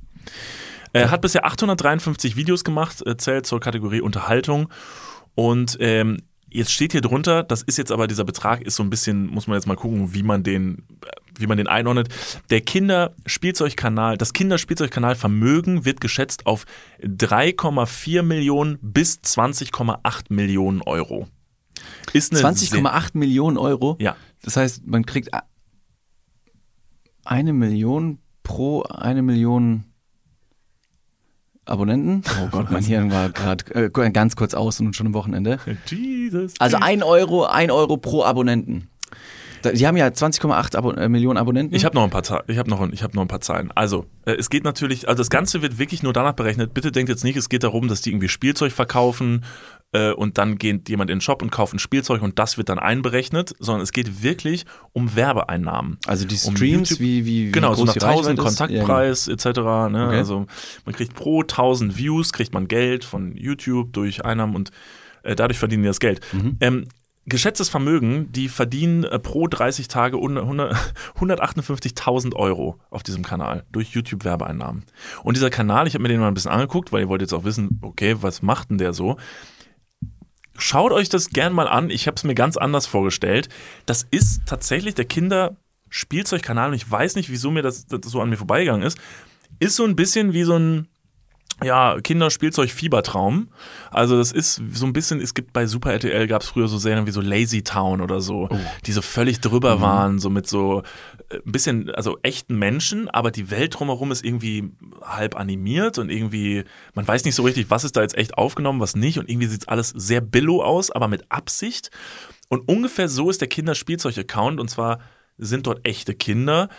Er hat bisher achthundertdreiundfünfzig Videos gemacht, äh, zählt zur Kategorie Unterhaltung und ähm, Jetzt steht hier drunter, das ist jetzt aber, dieser Betrag ist so ein bisschen, muss man jetzt mal gucken, wie man den, wie man den einordnet. Der Kinderspielzeugkanal, das Kinderspielzeugkanal Vermögen wird geschätzt auf drei Komma vier Millionen bis zwanzig Komma acht Millionen Euro. Ist eine zwanzig Komma acht Millionen Euro? Ja. Das heißt, man kriegt eine Million pro eine Million Abonnenten? Oh Gott, mein Hirn war gerade äh, ganz kurz aus und schon am Wochenende. Jesus. Also ein Euro, ein Euro pro Abonnenten. Die haben ja zwanzig Komma acht Abo- Millionen Abonnenten. Ich habe noch ein paar Zahlen. Ich habe noch, ich hab noch ein paar Zahlen. Also, äh, es geht natürlich, also das Ganze wird wirklich nur danach berechnet. Bitte denkt jetzt nicht, es geht darum, dass die irgendwie Spielzeug verkaufen äh, und dann geht jemand in den Shop und kauft ein Spielzeug und das wird dann einberechnet, sondern es geht wirklich um Werbeeinnahmen. Also die um Streams, YouTube, wie, wie, wie genau, so nach groß die tausend Reichweite ist? Kontaktpreis et cetera. Ne? Okay. Also man kriegt pro tausend Views kriegt man Geld von YouTube durch Einnahmen und äh, dadurch verdienen die das Geld. Mhm. Ähm, Geschätztes Vermögen, die verdienen äh, pro dreißig Tage hundertachtundfünfzigtausend Euro auf diesem Kanal durch YouTube-Werbeeinnahmen. Und dieser Kanal, ich habe mir den mal ein bisschen angeguckt, weil ihr wollt jetzt auch wissen, okay, was macht denn der so? Schaut euch das gern mal an, ich habe es mir ganz anders vorgestellt. Das ist tatsächlich der Kinderspielzeugkanal und ich weiß nicht, wieso mir das, das so an mir vorbeigegangen ist. Ist so ein bisschen wie so ein ja, Kinderspielzeug-Fiebertraum. Also das ist so ein bisschen, es gibt bei Super R T L gab es früher so Serien wie so Lazy Town oder so, oh. die so völlig drüber mhm. waren, so mit so ein bisschen, also echten Menschen, aber die Welt drumherum ist irgendwie halb animiert und irgendwie, man weiß nicht so richtig, was ist da jetzt echt aufgenommen, was nicht und irgendwie sieht alles sehr billo aus, aber mit Absicht. Und ungefähr so ist der Kinderspielzeug-Account und zwar sind dort echte Kinder,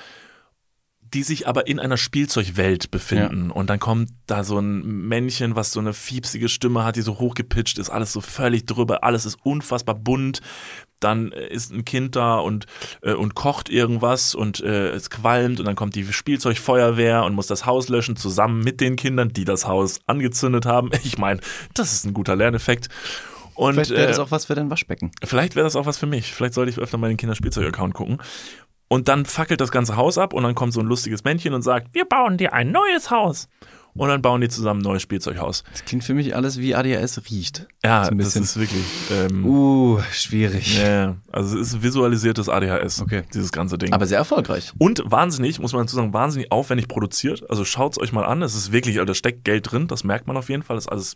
die sich aber in einer Spielzeugwelt befinden. Ja. Und dann kommt da so ein Männchen, was so eine fiepsige Stimme hat, die so hochgepitcht ist, alles so völlig drüber, alles ist unfassbar bunt. Dann ist ein Kind da und, äh, und kocht irgendwas und äh, es qualmt und dann kommt die Spielzeugfeuerwehr und muss das Haus löschen, zusammen mit den Kindern, die das Haus angezündet haben. Ich meine, das ist ein guter Lerneffekt. Und, vielleicht wäre das äh, auch was für dein Waschbecken. Vielleicht wäre das auch was für mich. Vielleicht sollte ich öfter mal den Kinderspielzeug-Account gucken. Und dann fackelt das ganze Haus ab und dann kommt so ein lustiges Männchen und sagt, wir bauen dir ein neues Haus. Und dann bauen die zusammen ein neues Spielzeughaus. Das klingt für mich alles wie A D H S riecht. Ja, so das ist wirklich... Ähm, uh, schwierig. Ja, also es ist visualisiertes A D H S, okay. Dieses ganze Ding. Aber sehr erfolgreich. Und wahnsinnig, muss man dazu sagen, wahnsinnig aufwendig produziert. Also schaut es euch mal an, es ist wirklich, also da steckt Geld drin, das merkt man auf jeden Fall. Das ist alles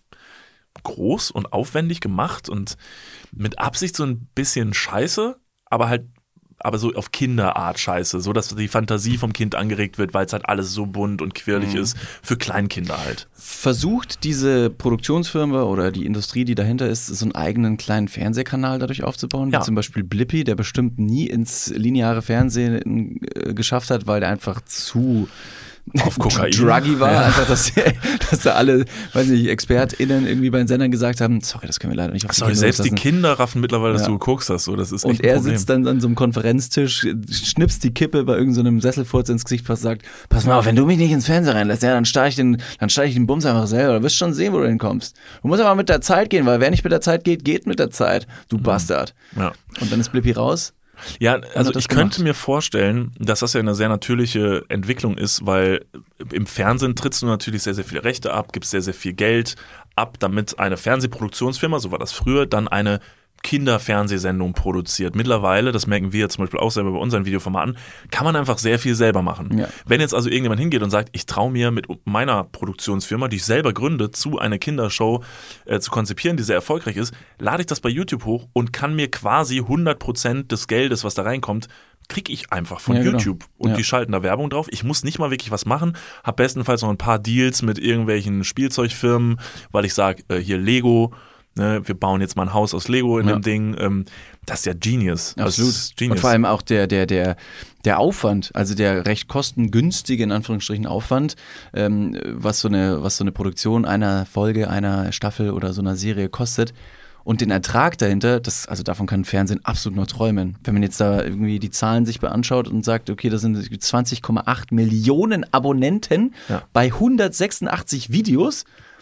groß und aufwendig gemacht und mit Absicht so ein bisschen scheiße, aber halt aber so auf Kinderart scheiße, so dass die Fantasie vom Kind angeregt wird, weil es halt alles so bunt und quirlig mhm. ist, für Kleinkinder halt. Versucht diese Produktionsfirma oder die Industrie, die dahinter ist, so einen eigenen kleinen Fernsehkanal dadurch aufzubauen, ja. wie zum Beispiel Blippi, der bestimmt nie ins lineare Fernsehen äh, geschafft hat, weil der einfach zu auf Kokain. Druggy war, ja. einfach, dass, dass da alle, weiß nicht, ExpertInnen irgendwie bei den Sendern gesagt haben, sorry, das können wir leider nicht auf die Sorry, Kinder selbst lassen. Die Kinder raffen mittlerweile, dass ja. du geguckt hast, so, das ist Und echt ein er Problem. sitzt dann an so einem Konferenztisch, schnipst die Kippe bei irgendeinem so Sesselfurz ins Gesicht und sagt, pass mal auf, wenn du mich nicht ins Fernsehen reinlässt, ja, dann starre ich den, dann starre ich den Bums einfach selber, du wirst schon sehen, wo du hinkommst. Du musst aber mit der Zeit gehen, weil wer nicht mit der Zeit geht, geht mit der Zeit, du mhm. Bastard. Ja. Und dann ist Blippi raus. Ja, also ich gemacht. könnte mir vorstellen, dass das ja eine sehr natürliche Entwicklung ist, weil im Fernsehen trittst du natürlich sehr, sehr viele Rechte ab, gibst sehr, sehr viel Geld ab, damit eine Fernsehproduktionsfirma, so war das früher, dann eine Kinderfernsehsendung produziert. Mittlerweile, das merken wir zum Beispiel auch selber bei unseren Videoformaten, kann man einfach sehr viel selber machen. Ja. Wenn jetzt also irgendjemand hingeht und sagt, ich traue mir mit meiner Produktionsfirma, die ich selber gründe, zu eine Kindershow äh, zu konzipieren, die sehr erfolgreich ist, lade ich das bei YouTube hoch und kann mir quasi hundert Prozent des Geldes, was da reinkommt, kriege ich einfach von ja, YouTube. genau. Und ja. die schalten da Werbung drauf. Ich muss nicht mal wirklich was machen, habe bestenfalls noch ein paar Deals mit irgendwelchen Spielzeugfirmen, weil ich sage, äh, hier Lego, ne, wir bauen jetzt mal ein Haus aus Lego in ja. dem Ding. Ähm, das ist ja Genius. Absolut. Das ist Genius. Und vor allem auch der, der, der, der Aufwand, also der recht kostengünstige, in Anführungsstrichen, Aufwand, ähm, was so eine, was so eine Produktion einer Folge, einer Staffel oder so einer Serie kostet. Und den Ertrag dahinter, das, also davon kann Fernsehen absolut nur träumen. Wenn man jetzt da irgendwie die Zahlen sich anschaut und sagt, okay, das sind zwanzig Komma acht Millionen Abonnenten ja. bei hundertsechsundachtzig Videos.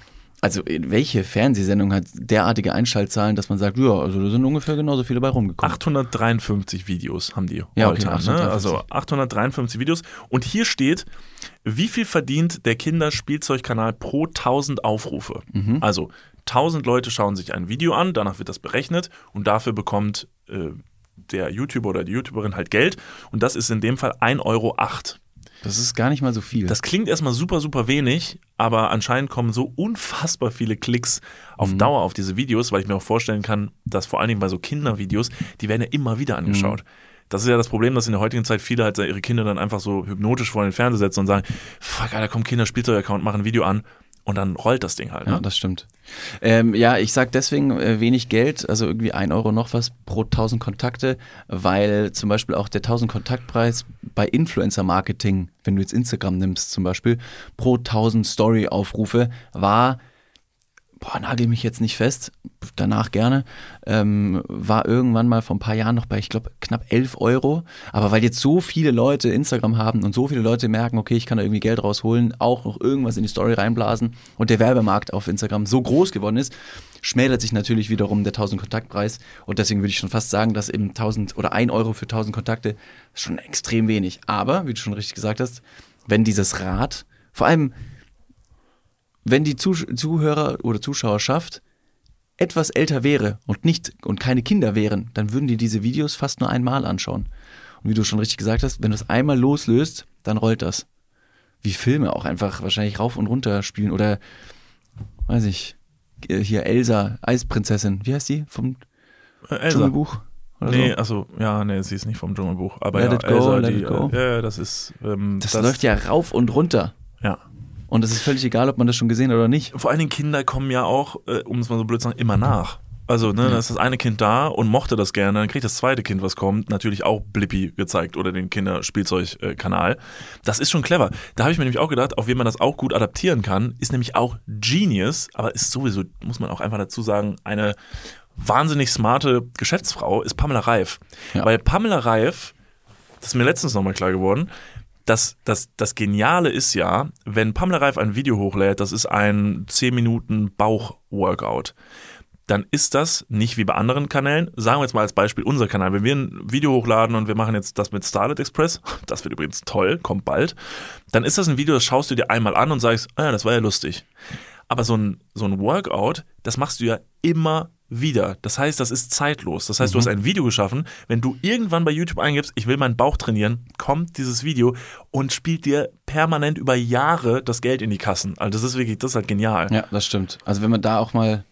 Also welche Fernsehsendung hat derartige Einschaltzahlen, dass man sagt, ja, also da sind ungefähr genauso viele bei rumgekommen. achthundertdreiundfünfzig Videos haben die ja, heute. Okay, achthundertdreiundfünfzig. Ne? Also achthundertdreiundfünfzig Videos. Und hier steht, wie viel verdient der Kinderspielzeugkanal pro tausend Aufrufe? Mhm. Also tausend Leute schauen sich ein Video an, danach wird das berechnet und dafür bekommt äh, der YouTuber oder die YouTuberin halt Geld. Und das ist in dem Fall ein Euro acht. Das ist gar nicht mal so viel. Das klingt erstmal super, super wenig, aber anscheinend kommen so unfassbar viele Klicks auf mhm. Dauer auf diese Videos, weil ich mir auch vorstellen kann, dass vor allen Dingen bei so Kindervideos, die werden ja immer wieder angeschaut. Mhm. Das ist ja das Problem, dass in der heutigen Zeit viele halt ihre Kinder dann einfach so hypnotisch vor den Fernseher setzen und sagen, fuck, Alter, komm, Kinderspielzeug-Account, mach ein Video an. Und dann rollt das Ding halt. Ne? Ja, das stimmt. Ähm, ja, ich sag deswegen äh, wenig Geld, also irgendwie ein Euro noch was pro tausend Kontakte, weil zum Beispiel auch der tausend Kontaktpreis bei Influencer-Marketing, wenn du jetzt Instagram nimmst zum Beispiel, pro tausend Story-Aufrufe war, boah, nagel mich jetzt nicht fest, danach gerne, ähm, war irgendwann mal vor ein paar Jahren noch bei, ich glaube, knapp elf Euro. Aber weil jetzt so viele Leute Instagram haben und so viele Leute merken, okay, ich kann da irgendwie Geld rausholen, auch noch irgendwas in die Story reinblasen und der Werbemarkt auf Instagram so groß geworden ist, schmälert sich natürlich wiederum der tausend Kontaktpreis. Und deswegen würde ich schon fast sagen, dass eben tausend oder ein Euro für tausend Kontakte schon extrem wenig. Aber, wie du schon richtig gesagt hast, wenn dieses Rad, vor allem wenn die Zuhörer oder Zuschauerschaft etwas älter wäre und nicht und keine Kinder wären, dann würden die diese Videos fast nur einmal anschauen. Und wie du schon richtig gesagt hast, wenn du es einmal loslöst, dann rollt das. Wie Filme auch einfach wahrscheinlich rauf und runter spielen oder, weiß ich, hier Elsa, Eisprinzessin, wie heißt die? Vom äh, Dschungelbuch? Oder nee, so? also ja, nee, sie ist nicht vom Dschungelbuch. Aber let ja, it go, Elsa, let die, it go. Äh, ja, das ist ähm, das, das läuft ja rauf und runter. Ja. Und es ist völlig egal, ob man das schon gesehen hat oder nicht. Vor allen Dingen Kinder kommen ja auch, äh, um es mal so blöd zu sagen, immer nach. Also, ne, ja. da ist das eine Kind da und mochte das gerne, dann kriegt das zweite Kind, was kommt, natürlich auch Blippi gezeigt oder den Kinderspielzeugkanal. Das ist schon clever. Da habe ich mir nämlich auch gedacht, auf wen man das auch gut adaptieren kann, ist nämlich auch Genius, aber ist sowieso, muss man auch einfach dazu sagen, eine wahnsinnig smarte Geschäftsfrau, ist Pamela Reif. Ja. Weil Pamela Reif, das ist mir letztens nochmal klar geworden, Das, das, das Geniale ist ja, wenn Pamela Reif ein Video hochlädt, das ist ein zehn Minuten Bauch-Workout, dann ist das nicht wie bei anderen Kanälen, sagen wir jetzt mal als Beispiel unser Kanal, wenn wir ein Video hochladen und wir machen jetzt das mit Starlet Express, das wird übrigens toll, kommt bald, dann ist das ein Video, das schaust du dir einmal an und sagst, ah, das war ja lustig. Aber so ein, so ein Workout, das machst du ja immer wieder. Das heißt, das ist zeitlos. Das heißt, mhm. du hast ein Video geschaffen. Wenn du irgendwann bei YouTube eingibst, ich will meinen Bauch trainieren, kommt dieses Video und spielt dir permanent über Jahre das Geld in die Kassen. Also das ist wirklich, das ist halt genial. Ja, das stimmt. Also wenn man da auch mal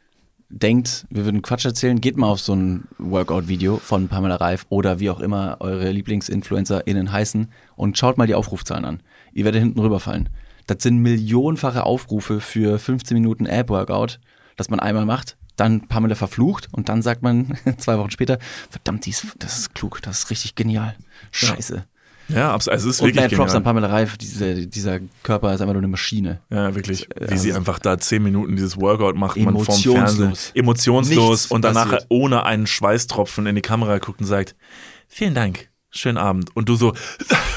denkt, wir würden Quatsch erzählen, geht mal auf so ein Workout-Video von Pamela Reif oder wie auch immer eure LieblingsinfluencerInnen heißen und schaut mal die Aufrufzahlen an. Ihr werdet hinten rüberfallen. Das sind millionenfache Aufrufe für fünfzehn Minuten Ab-Workout, das man einmal macht. Dann Pamela verflucht und dann sagt man zwei Wochen später, verdammt, dies, das ist klug, das ist richtig genial. Scheiße. Ja, also es ist und wirklich Props genial. an Pamela Reif, diese, dieser Körper ist einfach nur eine Maschine. Ja, wirklich. Wie also sie einfach da zehn Minuten dieses Workout macht, man vorm emotionslos. Fernsehen. Emotionslos Nichts und danach passiert. ohne einen Schweißtropfen in die Kamera guckt und sagt, vielen Dank, schönen Abend. Und du so...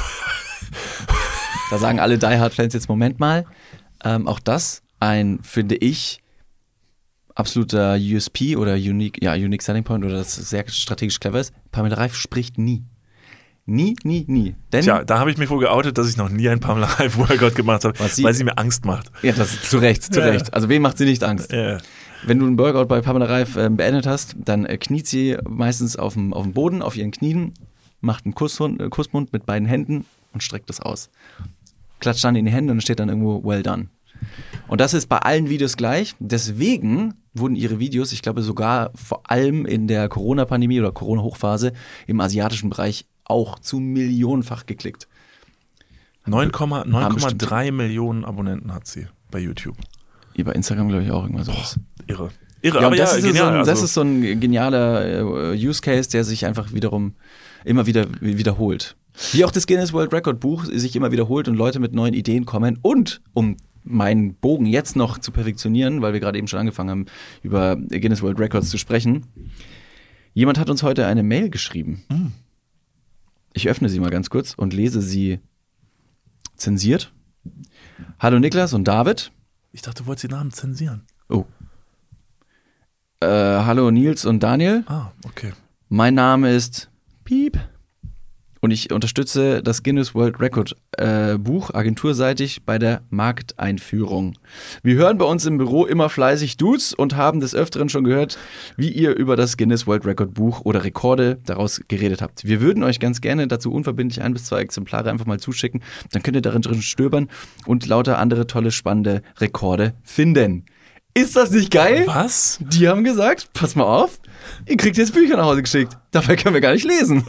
Da sagen alle Die Hard-Fans jetzt, Moment mal, ähm, auch das ein, finde ich, absoluter U S P oder Unique, ja, Unique Selling Point oder das sehr strategisch clever ist. Pamela Reif spricht nie. Nie, nie, nie. Denn Tja, da habe ich mich wohl geoutet, dass ich noch nie einen Pamela Reif Workout gemacht habe, sie, weil sie mir Angst macht. Ja, das ist zu Recht, zu ja. Recht. Also wem macht sie nicht Angst? Ja. Wenn du einen Workout bei Pamela Reif äh, beendet hast, dann äh, kniet sie meistens auf dem, auf dem Boden, auf ihren Knien, macht einen Kusshund, äh, Kussmund mit beiden Händen und streckt das aus. Klatscht dann in die Hände und steht dann irgendwo well done. Und das ist bei allen Videos gleich. Deswegen wurden ihre Videos, ich glaube sogar vor allem in der Corona-Pandemie oder Corona-Hochphase im asiatischen Bereich auch zu millionenfach geklickt. neun Komma drei Millionen Abonnenten hat sie bei YouTube. Bei Instagram glaube ich auch irgendwas sowas. Irre. Irre, ja, aber das, ja, ist genial, so ein, also. das ist so ein genialer äh, Use Case, der sich einfach wiederum immer wieder wiederholt. Wie auch das Guinness World Record Buch sich immer wiederholt und Leute mit neuen Ideen kommen. Und um meinen Bogen jetzt noch zu perfektionieren, weil wir gerade eben schon angefangen haben, über Guinness World Records zu sprechen. Jemand hat uns heute eine Mail geschrieben. Mm. Ich öffne sie mal ganz kurz und lese sie zensiert. Hallo Niklas und David. Ich dachte, du wolltest die Namen zensieren. Oh. Äh, hallo Nils und Daniel. Ah, okay. Mein Name ist Piep. Und ich unterstütze das Guinness World Record äh, Buch agenturseitig bei der Markteinführung. Wir hören bei uns im Büro immer fleißig Dudes und haben des Öfteren schon gehört, wie ihr über das Guinness World Record Buch oder Rekorde daraus geredet habt. Wir würden euch ganz gerne dazu unverbindlich ein bis zwei Exemplare einfach mal zuschicken. Dann könnt ihr darin drin stöbern und lauter andere tolle, spannende Rekorde finden. Ist das nicht geil? Was? Die haben gesagt, pass mal auf, ihr kriegt jetzt Bücher nach Hause geschickt. Dabei können wir gar nicht lesen.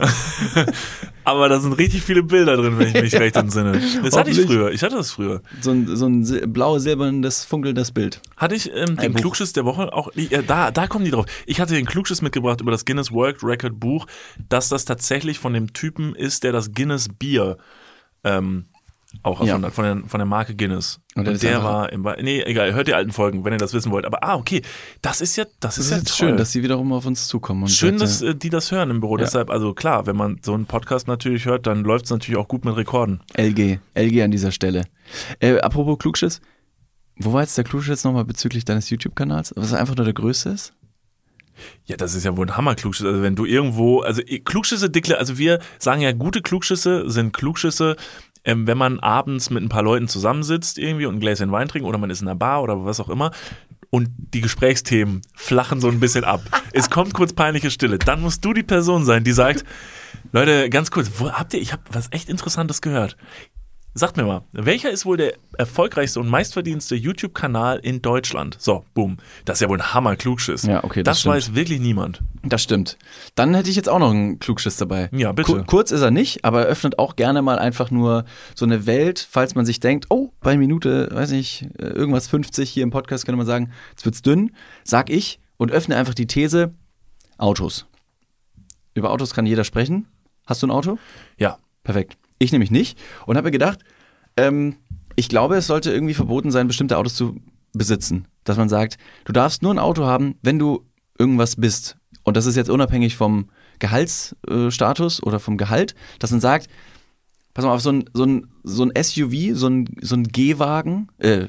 Aber da sind richtig viele Bilder drin, wenn ich mich recht entsinne. Das hatte ich früher. Ich hatte das früher. So ein, so ein blau-silbernes, funkelndes Bild. Hatte ich ähm, den Klugschiss der Woche auch, äh, da, da kommen die drauf. Ich hatte den Klugschiss mitgebracht über das Guinness World Record Buch, dass das tatsächlich von dem Typen ist, der das Guinness Bier ähm, auch erfunden hat, von der, von der Marke Guinness. Und, Und der war im, nee, egal, hört die alten Folgen, wenn ihr das wissen wollt. Aber ah, okay, das ist ja, das, das ist, ist ja toll. Schön, dass die wiederum auf uns zukommen. Und schön, dass äh, die das hören im Büro. Ja. Deshalb, also klar, wenn man so einen Podcast natürlich hört, dann läuft es natürlich auch gut mit Rekorden. L G, L G an dieser Stelle. Äh, apropos Klugschiss, wo war jetzt der Klugschiss nochmal bezüglich deines YouTube-Kanals? Was einfach nur der größte ist? Ja, das ist ja wohl ein Hammer-Klugschiss. Also wenn du irgendwo, also Klugschüsse, also wir sagen ja, gute Klugschüsse sind Klugschüsse, Ähm, wenn man abends mit ein paar Leuten zusammensitzt irgendwie und ein Gläschen Wein trinkt oder man ist in einer Bar oder was auch immer und die Gesprächsthemen flachen so ein bisschen ab. Es kommt kurz peinliche Stille. Dann musst du die Person sein, die sagt, Leute, ganz kurz, wo habt ihr, ich habe was echt Interessantes gehört. Sagt mir mal, welcher ist wohl der erfolgreichste und meistverdienste YouTube-Kanal in Deutschland? So, boom. Das ist ja wohl ein Hammer-Klugschiss. Ja, okay, das, das stimmt. weiß wirklich niemand. Das stimmt. Dann hätte ich jetzt auch noch einen Klugschiss dabei. Ja, bitte. Kur- kurz ist er nicht, aber er öffnet auch gerne mal einfach nur so eine Welt, falls man sich denkt, oh, bei Minute, weiß nicht, irgendwas fünfzig hier im Podcast könnte man sagen, jetzt wird's dünn, sag ich und öffne einfach die These, Autos. Über Autos kann jeder sprechen. Hast du ein Auto? Ja. Perfekt. Ich nämlich nicht und habe mir gedacht, ähm, ich glaube, es sollte irgendwie verboten sein, bestimmte Autos zu besitzen. Dass man sagt, du darfst nur ein Auto haben, wenn du irgendwas bist. Und das ist jetzt unabhängig vom Gehaltsstatus äh, oder vom Gehalt, dass man sagt, pass mal auf, so ein, so ein, so ein S U V, so ein, so ein G-Wagen, äh,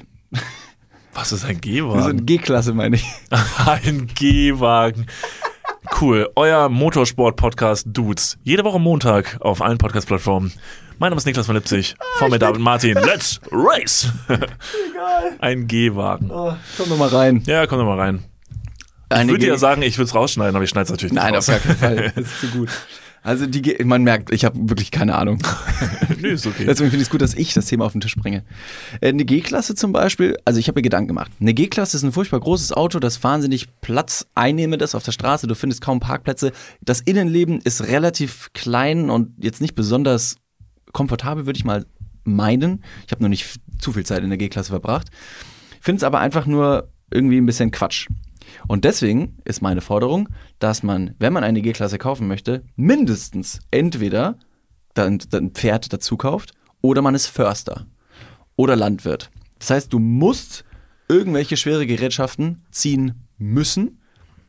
was ist ein G-Wagen? So ein G-Klasse meine ich. Ein G-Wagen. Cool, euer Motorsport-Podcast Dudes. Jede Woche Montag auf allen Podcast-Plattformen. Mein Name ist Niklas von Lipzig. Vor mir David Martin. Let's race! Egal. Ein G-Wagen. Oh, komm doch mal rein. Ja, komm doch mal rein. Ich würde ja sagen, ich würde es rausschneiden, aber ich schneide es natürlich nicht Nein, raus. Nein, auf gar keinen Fall. Das ist zu gut. Also die, G- man merkt, ich habe wirklich keine Ahnung. Nö, ist okay. Deswegen finde ich es gut, dass ich das Thema auf den Tisch bringe. Eine G-Klasse zum Beispiel, also ich habe mir Gedanken gemacht. Eine G-Klasse ist ein furchtbar großes Auto, das wahnsinnig Platz einnehmend ist auf der Straße. Du findest kaum Parkplätze. Das Innenleben ist relativ klein und jetzt nicht besonders komfortabel, würde ich mal meinen. Ich habe noch nicht zu viel Zeit in der G-Klasse verbracht. Finde es aber einfach nur irgendwie ein bisschen Quatsch. Und deswegen ist meine Forderung, dass man, wenn man eine G-Klasse kaufen möchte, mindestens entweder ein Pferd dazu kauft oder man ist Förster oder Landwirt. Das heißt, du musst irgendwelche schwere Gerätschaften ziehen müssen,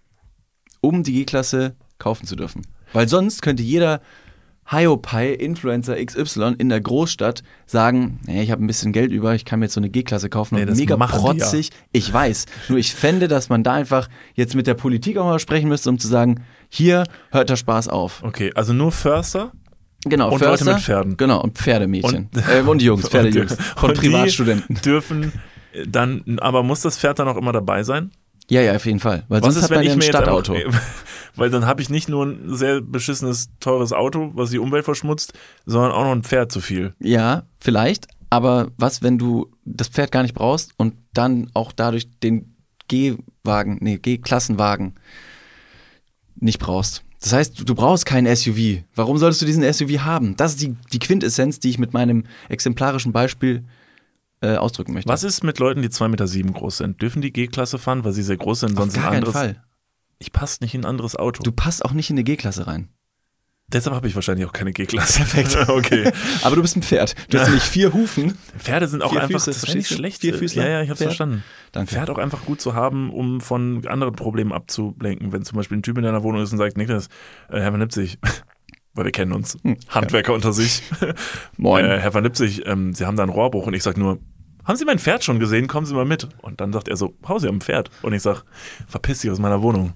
um die G-Klasse kaufen zu dürfen. Weil sonst könnte jeder Hiopai-Influencer X Y in der Großstadt sagen, hey, ich habe ein bisschen Geld über, ich kann mir jetzt so eine G-Klasse kaufen nee, und mega protzig. Ja. Ich weiß, nur ich fände, dass man da einfach jetzt mit der Politik auch mal sprechen müsste, um zu sagen, hier hört der Spaß auf. Okay, also nur Förster? Genau, und Förster, Leute mit Pferden. Genau, und Pferdemädchen. Und, äh, und Jungs, Pferdejungs. Von und Privatstudenten. Die dürfen dann, aber muss das Pferd dann auch immer dabei sein? Ja, ja, auf jeden Fall. Weil was sonst ist, hat man wenn ja ich ein mir Stadtauto. Jetzt einfach, weil dann habe ich nicht nur ein sehr beschissenes, teures Auto, was die Umwelt verschmutzt, sondern auch noch ein Pferd zu viel. Ja, vielleicht. Aber was, wenn du das Pferd gar nicht brauchst und dann auch dadurch den G-Wagen, nee, G-Klassenwagen nicht brauchst? Das heißt, du brauchst keinen S U V. Warum solltest du diesen S U V haben? Das ist die, die Quintessenz, die ich mit meinem exemplarischen Beispiel äh, ausdrücken möchte. Was ist mit Leuten, die zwei Meter sieben groß sind? Dürfen die G-Klasse fahren, weil sie sehr groß sind? Sonst Auf gar ein anderes. keinen Fall. Ich passe nicht in ein anderes Auto. Du passt auch nicht in eine G-Klasse rein. Deshalb habe ich wahrscheinlich auch keine G-Klasse. Perfekt. Okay. Aber du bist ein Pferd. Du hast nämlich vier Hufen. Pferde sind auch vier einfach, Füße, das ist nicht schlecht. Vier Füßler. Ja, ja, ich habe es verstanden. Danke. Pferd auch einfach gut zu haben, um von anderen Problemen abzulenken. Wenn zum Beispiel ein Typ in deiner Wohnung ist und sagt, Niklas, äh, Herr Van Lipzig, weil wir kennen uns, hm, Handwerker ja. unter sich. Moin. Äh, Herr Van Lipzig, ähm, Sie haben da einen Rohrbruch und ich sage nur, haben Sie mein Pferd schon gesehen? Kommen Sie mal mit. Und dann sagt er so, hau Sie am Pferd. Und ich sag, verpiss dich aus meiner Wohnung.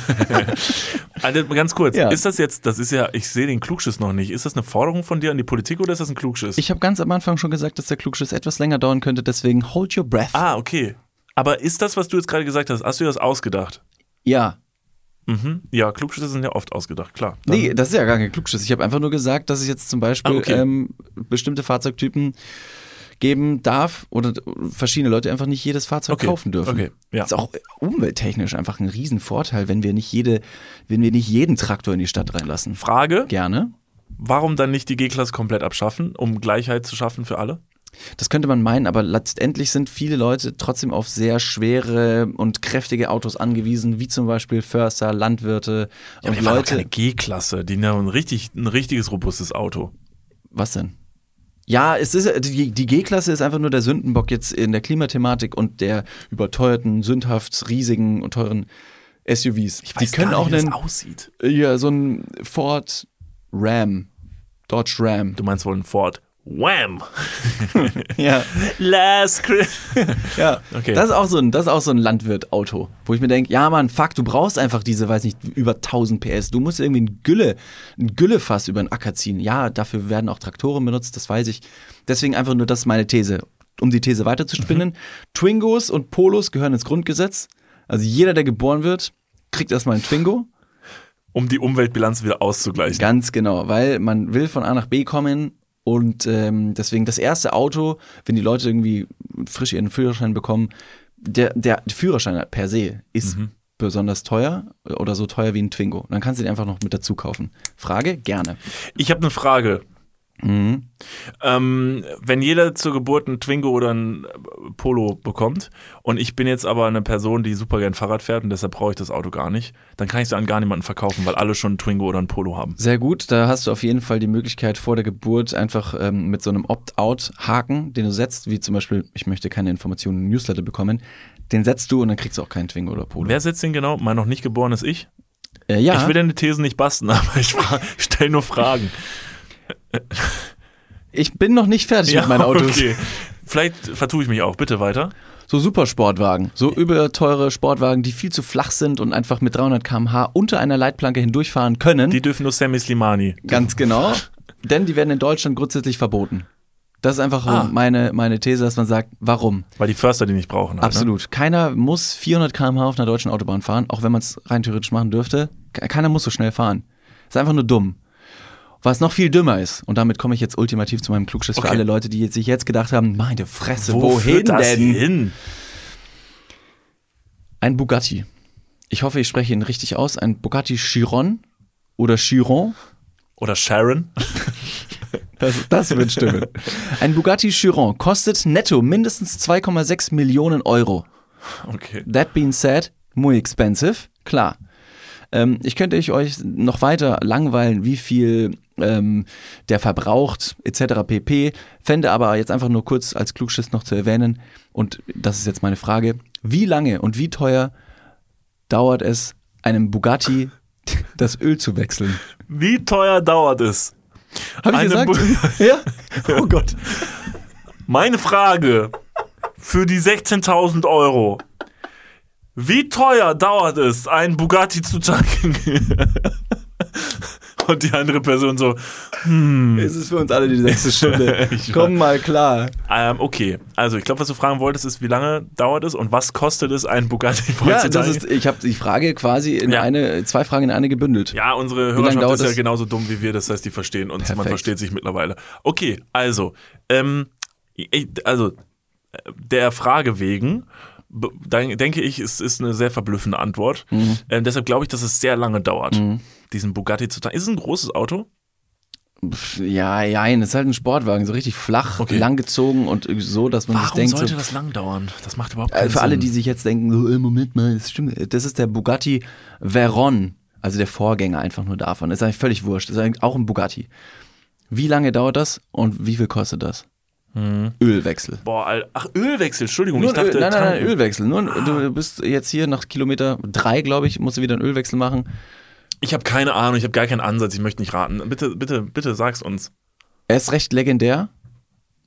Also ganz kurz, ja. Ist das jetzt, das ist ja, ich sehe den Klugschiss noch nicht. Ist das eine Forderung von dir an die Politik oder ist das ein Klugschiss? Ich habe ganz am Anfang schon gesagt, dass der Klugschiss etwas länger dauern könnte, deswegen hold your breath. Ah, okay. Aber ist das, was du jetzt gerade gesagt hast, hast du das ausgedacht? Ja. Mhm. Ja, Klugschüsse sind ja oft ausgedacht, klar. Dann nee, das ist ja gar kein Klugschiss. Ich habe einfach nur gesagt, dass es jetzt zum Beispiel ah, okay. ähm, bestimmte Fahrzeugtypen geben darf oder verschiedene Leute einfach nicht jedes Fahrzeug okay. kaufen dürfen. Okay. Ja. Das ist auch umwelttechnisch einfach ein Riesenvorteil, wenn wir nicht jede, wenn wir nicht jeden Traktor in die Stadt reinlassen. Frage? Gerne. Warum dann nicht die G-Klasse komplett abschaffen, um Gleichheit zu schaffen für alle? Das könnte man meinen, aber letztendlich sind viele Leute trotzdem auf sehr schwere und kräftige Autos angewiesen, wie zum Beispiel Förster, Landwirte ja, und die Leute. Keine G-Klasse, die haben ein richtig, ein richtiges robustes Auto. Was denn? Ja, es ist die, die G-Klasse ist einfach nur der Sündenbock jetzt in der Klimathematik und der überteuerten, sündhaft riesigen und teuren S U Vs. Ich weiß die können gar nicht, auch wie einen, das aussieht. Ja, so ein Ford Ram, Dodge Ram. Du meinst wohl ein Ford Wham! Ja. Last Christmas. Ja, okay. Das ist auch so ein, das ist auch so ein Landwirt-Auto, wo ich mir denke, ja Mann, fuck, du brauchst einfach diese, weiß nicht, über tausend P S. Du musst irgendwie ein Gülle, ein Güllefass über den Acker ziehen. Ja, dafür werden auch Traktoren benutzt, das weiß ich. Deswegen einfach nur, das ist meine These. Um die These weiterzuspinnen. Mhm. Twingos und Polos gehören ins Grundgesetz. Also jeder, der geboren wird, kriegt erstmal einen Twingo. Um die Umweltbilanz wieder auszugleichen. Ganz genau, weil man will von A nach B kommen. Und ähm, deswegen das erste Auto, wenn die Leute irgendwie frisch ihren Führerschein bekommen, der, der Führerschein per se ist mhm. besonders teuer oder so teuer wie ein Twingo. Dann kannst du den einfach noch mit dazu kaufen. Frage? Gerne. Ich habe eine Frage. Mhm. Ähm, wenn jeder zur Geburt einen Twingo oder ein Polo bekommt und ich bin jetzt aber eine Person, die super gern Fahrrad fährt und deshalb brauche ich das Auto gar nicht, dann kann ich es an gar niemanden verkaufen, weil alle schon ein Twingo oder ein Polo haben. Sehr gut, da hast du auf jeden Fall die Möglichkeit vor der Geburt einfach ähm, mit so einem Opt-out-Haken, den du setzt, wie zum Beispiel, ich möchte keine Informationen im Newsletter bekommen, den setzt du und dann kriegst du auch keinen Twingo oder Polo. Wer setzt den genau? Mein noch nicht geborenes Ich? Äh, ja. Ich will deine Thesen nicht basteln, aber ich, ich stelle nur Fragen. Ich bin noch nicht fertig ja, mit meinen Autos. Okay. Vielleicht vertue ich mich auch. Bitte weiter. So Supersportwagen, so überteure Sportwagen, die viel zu flach sind und einfach mit dreihundert Kilometer pro Stunde unter einer Leitplanke hindurchfahren können. Die dürfen nur Sammy Slimani. Ganz genau, denn die werden in Deutschland grundsätzlich verboten. Das ist einfach ah. meine, meine These, dass man sagt, warum? Weil die Förster die nicht brauchen. Halt, Absolut. Ne? Keiner muss vierhundert Kilometer pro Stunde auf einer deutschen Autobahn fahren, auch wenn man es rein theoretisch machen dürfte. Keiner muss so schnell fahren. Das ist einfach nur dumm. Was noch viel dümmer ist, und damit komme ich jetzt ultimativ zu meinem Klugschiss okay. für alle Leute, die jetzt sich jetzt gedacht haben, meine Fresse, Wo wohin das denn? Hin? Ein Bugatti. Ich hoffe, ich spreche ihn richtig aus. Ein Bugatti Chiron oder Chiron. Oder Sharon. Das, das wird stimmen. Ein Bugatti Chiron kostet netto mindestens zwei Komma sechs Millionen Euro. Okay. That being said, muy expensive, klar. Ähm, ich könnte euch noch weiter langweilen, wie viel ähm, der verbraucht, et cetera pp. Fände aber jetzt einfach nur kurz als Klugschiss noch zu erwähnen, und das ist jetzt meine Frage, wie lange und wie teuer dauert es, einem Bugatti das Öl zu wechseln? Wie teuer dauert es? Hab ich Eine gesagt? Bu- Ja? Oh Gott. Meine Frage für die sechzehntausend Euro. Wie teuer dauert es, einen Bugatti zu tanken? Und die andere Person so, hm. Es ist für uns alle die sechste Stunde. Komm mal klar. Ähm, okay, also ich glaube, was du fragen wolltest, ist, wie lange dauert es und was kostet es, einen Bugatti ja, das ist, ich habe die Frage quasi in ja. eine, zwei Fragen in eine gebündelt. Ja, unsere Hörerschaft ist ja genauso dumm wie wir, das heißt, die verstehen uns, Perfekt. Man versteht sich mittlerweile. Okay, also, ähm, ich, also, der Frage wegen, denke ich, es ist eine sehr verblüffende Antwort. Mhm. Ähm, deshalb glaube ich, dass es sehr lange dauert, mhm. diesen Bugatti zu tanken. Ist es ein großes Auto? Ja, ja, es ist halt ein Sportwagen, so richtig flach, okay. langgezogen und so, dass man Warum sich denkt. Warum sollte so, das lang dauern? Das macht überhaupt keinen äh, für Sinn. Für alle, die sich jetzt denken, oh, Moment mal, das stimmt. Das ist der Bugatti Veyron, also der Vorgänger einfach nur davon. Das ist eigentlich völlig wurscht. Das ist eigentlich auch ein Bugatti. Wie lange dauert das und wie viel kostet das? Hm. Ölwechsel. Boah, Alter. Ach, Ölwechsel, Entschuldigung. Nur ich dachte, Öl, nein, nein, nein, Ölwechsel. Nur, ah. Du bist jetzt hier nach Kilometer drei, glaube ich, musst du wieder einen Ölwechsel machen. Ich habe keine Ahnung, ich habe gar keinen Ansatz, ich möchte nicht raten. Bitte, bitte, bitte sag's uns. Er ist recht legendär.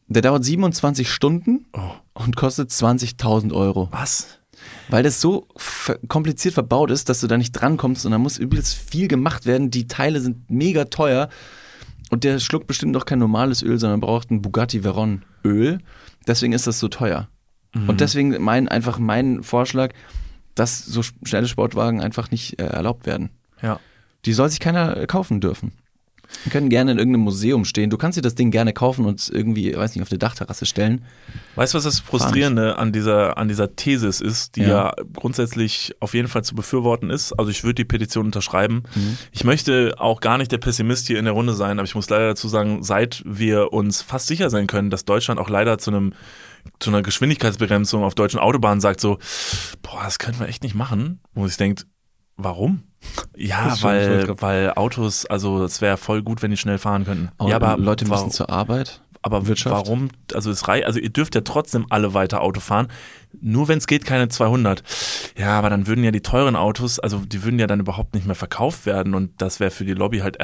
Der dauert siebenundzwanzig Stunden Oh. und kostet zwanzigtausend Euro. Was? Weil das so ver- kompliziert verbaut ist, dass du da nicht drankommst und da muss übelst viel gemacht werden. Die Teile sind mega teuer und der schluckt bestimmt noch kein normales Öl, sondern braucht ein Bugatti Veyron Öl. Deswegen ist das so teuer. Mhm. Und deswegen mein, einfach mein Vorschlag, dass so schnelle Sportwagen einfach nicht äh, erlaubt werden. Ja. Die soll sich keiner äh, kaufen dürfen. Die können gerne in irgendeinem Museum stehen. Du kannst dir das Ding gerne kaufen und irgendwie, weiß nicht, auf die Dachterrasse stellen. Weißt du, was das Frustrierende an dieser, an dieser Thesis ist, die ja. ja grundsätzlich auf jeden Fall zu befürworten ist? Also ich würde die Petition unterschreiben. Mhm. Ich möchte auch gar nicht der Pessimist hier in der Runde sein, aber ich muss leider dazu sagen, seit wir uns fast sicher sein können, dass Deutschland auch leider zu einem zu einer Geschwindigkeitsbegrenzung auf deutschen Autobahnen sagt so, boah, das können wir echt nicht machen. Wo man sich denkt, warum? Ja, weil, weil Autos, also es wäre voll gut, wenn die schnell fahren könnten. Aber ja, aber Leute warum, müssen zur Arbeit. Aber Wirtschaft. Warum? Also es rei- also ihr dürft ja trotzdem alle weiter Auto fahren. Nur wenn es geht, keine zweihundert. Ja, aber dann würden ja die teuren Autos, also die würden ja dann überhaupt nicht mehr verkauft werden und das wäre für die Lobby halt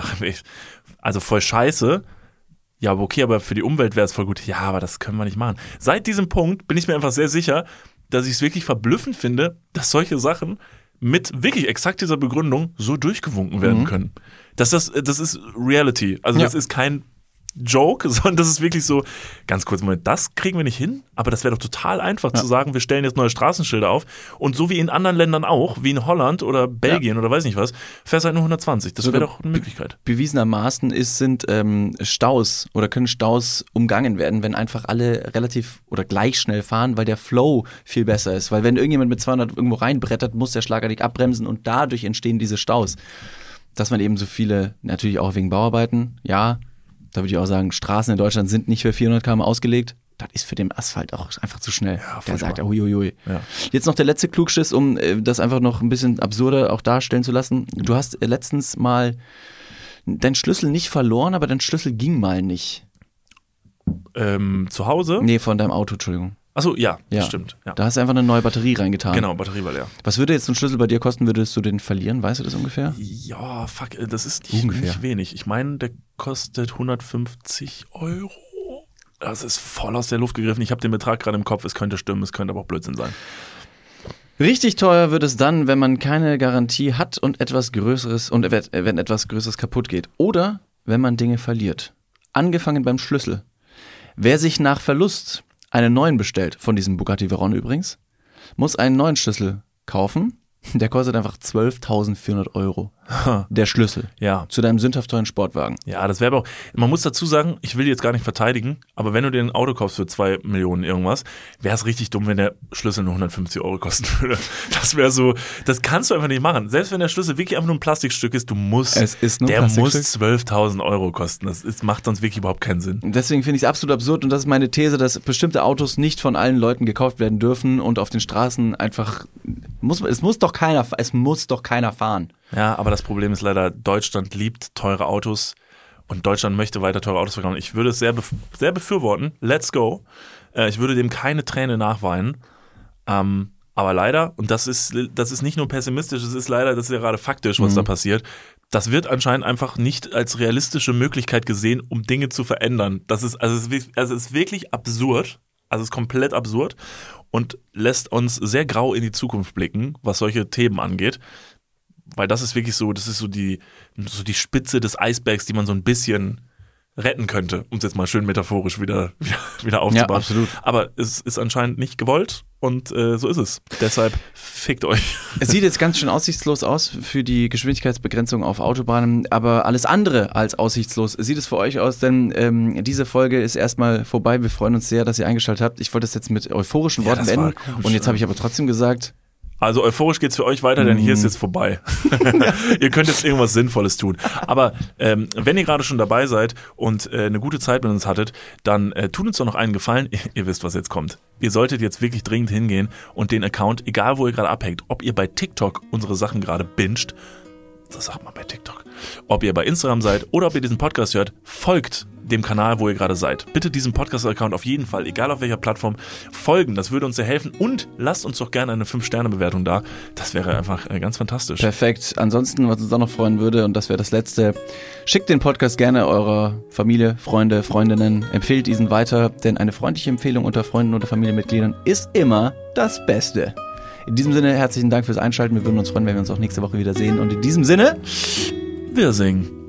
also voll scheiße. Ja, aber okay, aber für die Umwelt wäre es voll gut. Ja, aber das können wir nicht machen. Seit diesem Punkt bin ich mir einfach sehr sicher, dass ich es wirklich verblüffend finde, dass solche Sachen mit wirklich exakt dieser Begründung so durchgewunken werden mhm. können. Dass das, das ist Reality. Also ja. das ist kein Joke, sondern das ist wirklich so, ganz kurz, Moment, das kriegen wir nicht hin, aber das wäre doch total einfach ja. zu sagen, wir stellen jetzt neue Straßenschilder auf und so wie in anderen Ländern auch, wie in Holland oder Belgien ja. oder weiß nicht was, fährst halt nur hundertzwanzig, das wäre doch eine Möglichkeit. Be- bewiesenermaßen ist, sind ähm, Staus oder können Staus umgangen werden, wenn einfach alle relativ oder gleich schnell fahren, weil der Flow viel besser ist, weil wenn irgendjemand mit zweihundert irgendwo reinbrettert, muss der schlagartig abbremsen und dadurch entstehen diese Staus. Dass man eben so viele, natürlich auch wegen Bauarbeiten, ja, da würde ich auch sagen, Straßen in Deutschland sind nicht für vierhundert Kilometer pro Stunde ausgelegt. Das ist für den Asphalt auch einfach zu schnell. Ja, der sagt, uiuiui. Ja. Jetzt noch der letzte Klugschiss, um das einfach noch ein bisschen absurder auch darstellen zu lassen. Du hast letztens mal deinen Schlüssel nicht verloren, aber dein Schlüssel ging mal nicht. Ähm, zu Hause? Nee, von deinem Auto, Entschuldigung. Achso, ja, ja, das stimmt. Ja. Da hast du einfach eine neue Batterie reingetan. Genau, Batterie war leer. Was würde jetzt ein Schlüssel bei dir kosten, würdest du den verlieren? Weißt du das ungefähr? Ja, fuck, das ist nicht, nicht wenig. Ich meine, der kostet hundertfünfzig Euro. Das ist voll aus der Luft gegriffen. Ich habe den Betrag gerade im Kopf. Es könnte stimmen, es könnte aber auch Blödsinn sein. Richtig teuer wird es dann, wenn man keine Garantie hat und etwas Größeres und wenn etwas Größeres kaputt geht. Oder wenn man Dinge verliert. Angefangen beim Schlüssel. Wer sich nach Verlust einen neuen bestellt, von diesem Bugatti Veyron übrigens, muss einen neuen Schlüssel kaufen. Der kostet einfach zwölftausendvierhundert Euro. Der Schlüssel. Ja. Zu deinem sündhaft teuren Sportwagen. Ja, das wäre aber auch, man muss dazu sagen, ich will die jetzt gar nicht verteidigen, aber wenn du dir ein Auto kaufst für zwei Millionen irgendwas, wäre es richtig dumm, wenn der Schlüssel nur hundertfünfzig Euro kosten würde. Das wäre so, das kannst du einfach nicht machen. Selbst wenn der Schlüssel wirklich einfach nur ein Plastikstück ist, du musst, es ist nur der muss zwölftausend Euro kosten. Das ist, macht sonst wirklich überhaupt keinen Sinn. Deswegen finde ich es absolut absurd und das ist meine These, dass bestimmte Autos nicht von allen Leuten gekauft werden dürfen und auf den Straßen einfach, muss, es muss doch keiner, es muss doch keiner fahren. Ja, aber das Problem ist leider, Deutschland liebt teure Autos und Deutschland möchte weiter teure Autos verkaufen. Ich würde es sehr, bef- sehr befürworten. Let's go. Äh, ich würde dem keine Träne nachweinen. Ähm, aber leider, und das ist, das ist nicht nur pessimistisch, es ist leider, das ist ja gerade faktisch, was mhm. da passiert. Das wird anscheinend einfach nicht als realistische Möglichkeit gesehen, um Dinge zu verändern. Das ist, also es ist, also es ist wirklich absurd. Also es ist komplett absurd und lässt uns sehr grau in die Zukunft blicken, was solche Themen angeht. Weil das ist wirklich so, das ist so die, so die Spitze des Eisbergs, die man so ein bisschen retten könnte, um es jetzt mal schön metaphorisch wieder, wieder, wieder aufzubauen. Ja, absolut. Aber es ist anscheinend nicht gewollt und äh, so ist es. Deshalb fickt euch. Es sieht jetzt ganz schön aussichtslos aus für die Geschwindigkeitsbegrenzung auf Autobahnen, aber alles andere als aussichtslos sieht es für euch aus, denn ähm, diese Folge ist erstmal vorbei. Wir freuen uns sehr, dass ihr eingeschaltet habt. Ich wollte das jetzt mit euphorischen Worten ja, beenden und jetzt habe ich aber trotzdem gesagt, also euphorisch geht's für euch weiter, denn hier ist jetzt vorbei. Ihr könnt jetzt irgendwas Sinnvolles tun. Aber ähm, wenn ihr gerade schon dabei seid und äh, eine gute Zeit mit uns hattet, dann äh, tut uns doch noch einen Gefallen. Ihr, ihr wisst, was jetzt kommt. Ihr solltet jetzt wirklich dringend hingehen und den Account, egal wo ihr gerade abhängt, ob ihr bei TikTok unsere Sachen gerade binget, das sagt man bei TikTok. Ob ihr bei Instagram seid oder ob ihr diesen Podcast hört, folgt dem Kanal, wo ihr gerade seid. Bitte diesem Podcast-Account auf jeden Fall, egal auf welcher Plattform, folgen. Das würde uns sehr helfen. Und lasst uns doch gerne eine fünf Sterne Bewertung da. Das wäre einfach äh, ganz fantastisch. Perfekt. Ansonsten, was uns auch noch freuen würde, und das wäre das Letzte, schickt den Podcast gerne eurer Familie, Freunde, Freundinnen. Empfehlt diesen weiter, denn eine freundliche Empfehlung unter Freunden oder Familienmitgliedern ist immer das Beste. In diesem Sinne, herzlichen Dank fürs Einschalten. Wir würden uns freuen, wenn wir uns auch nächste Woche wieder sehen. Und in diesem Sinne, wir singen.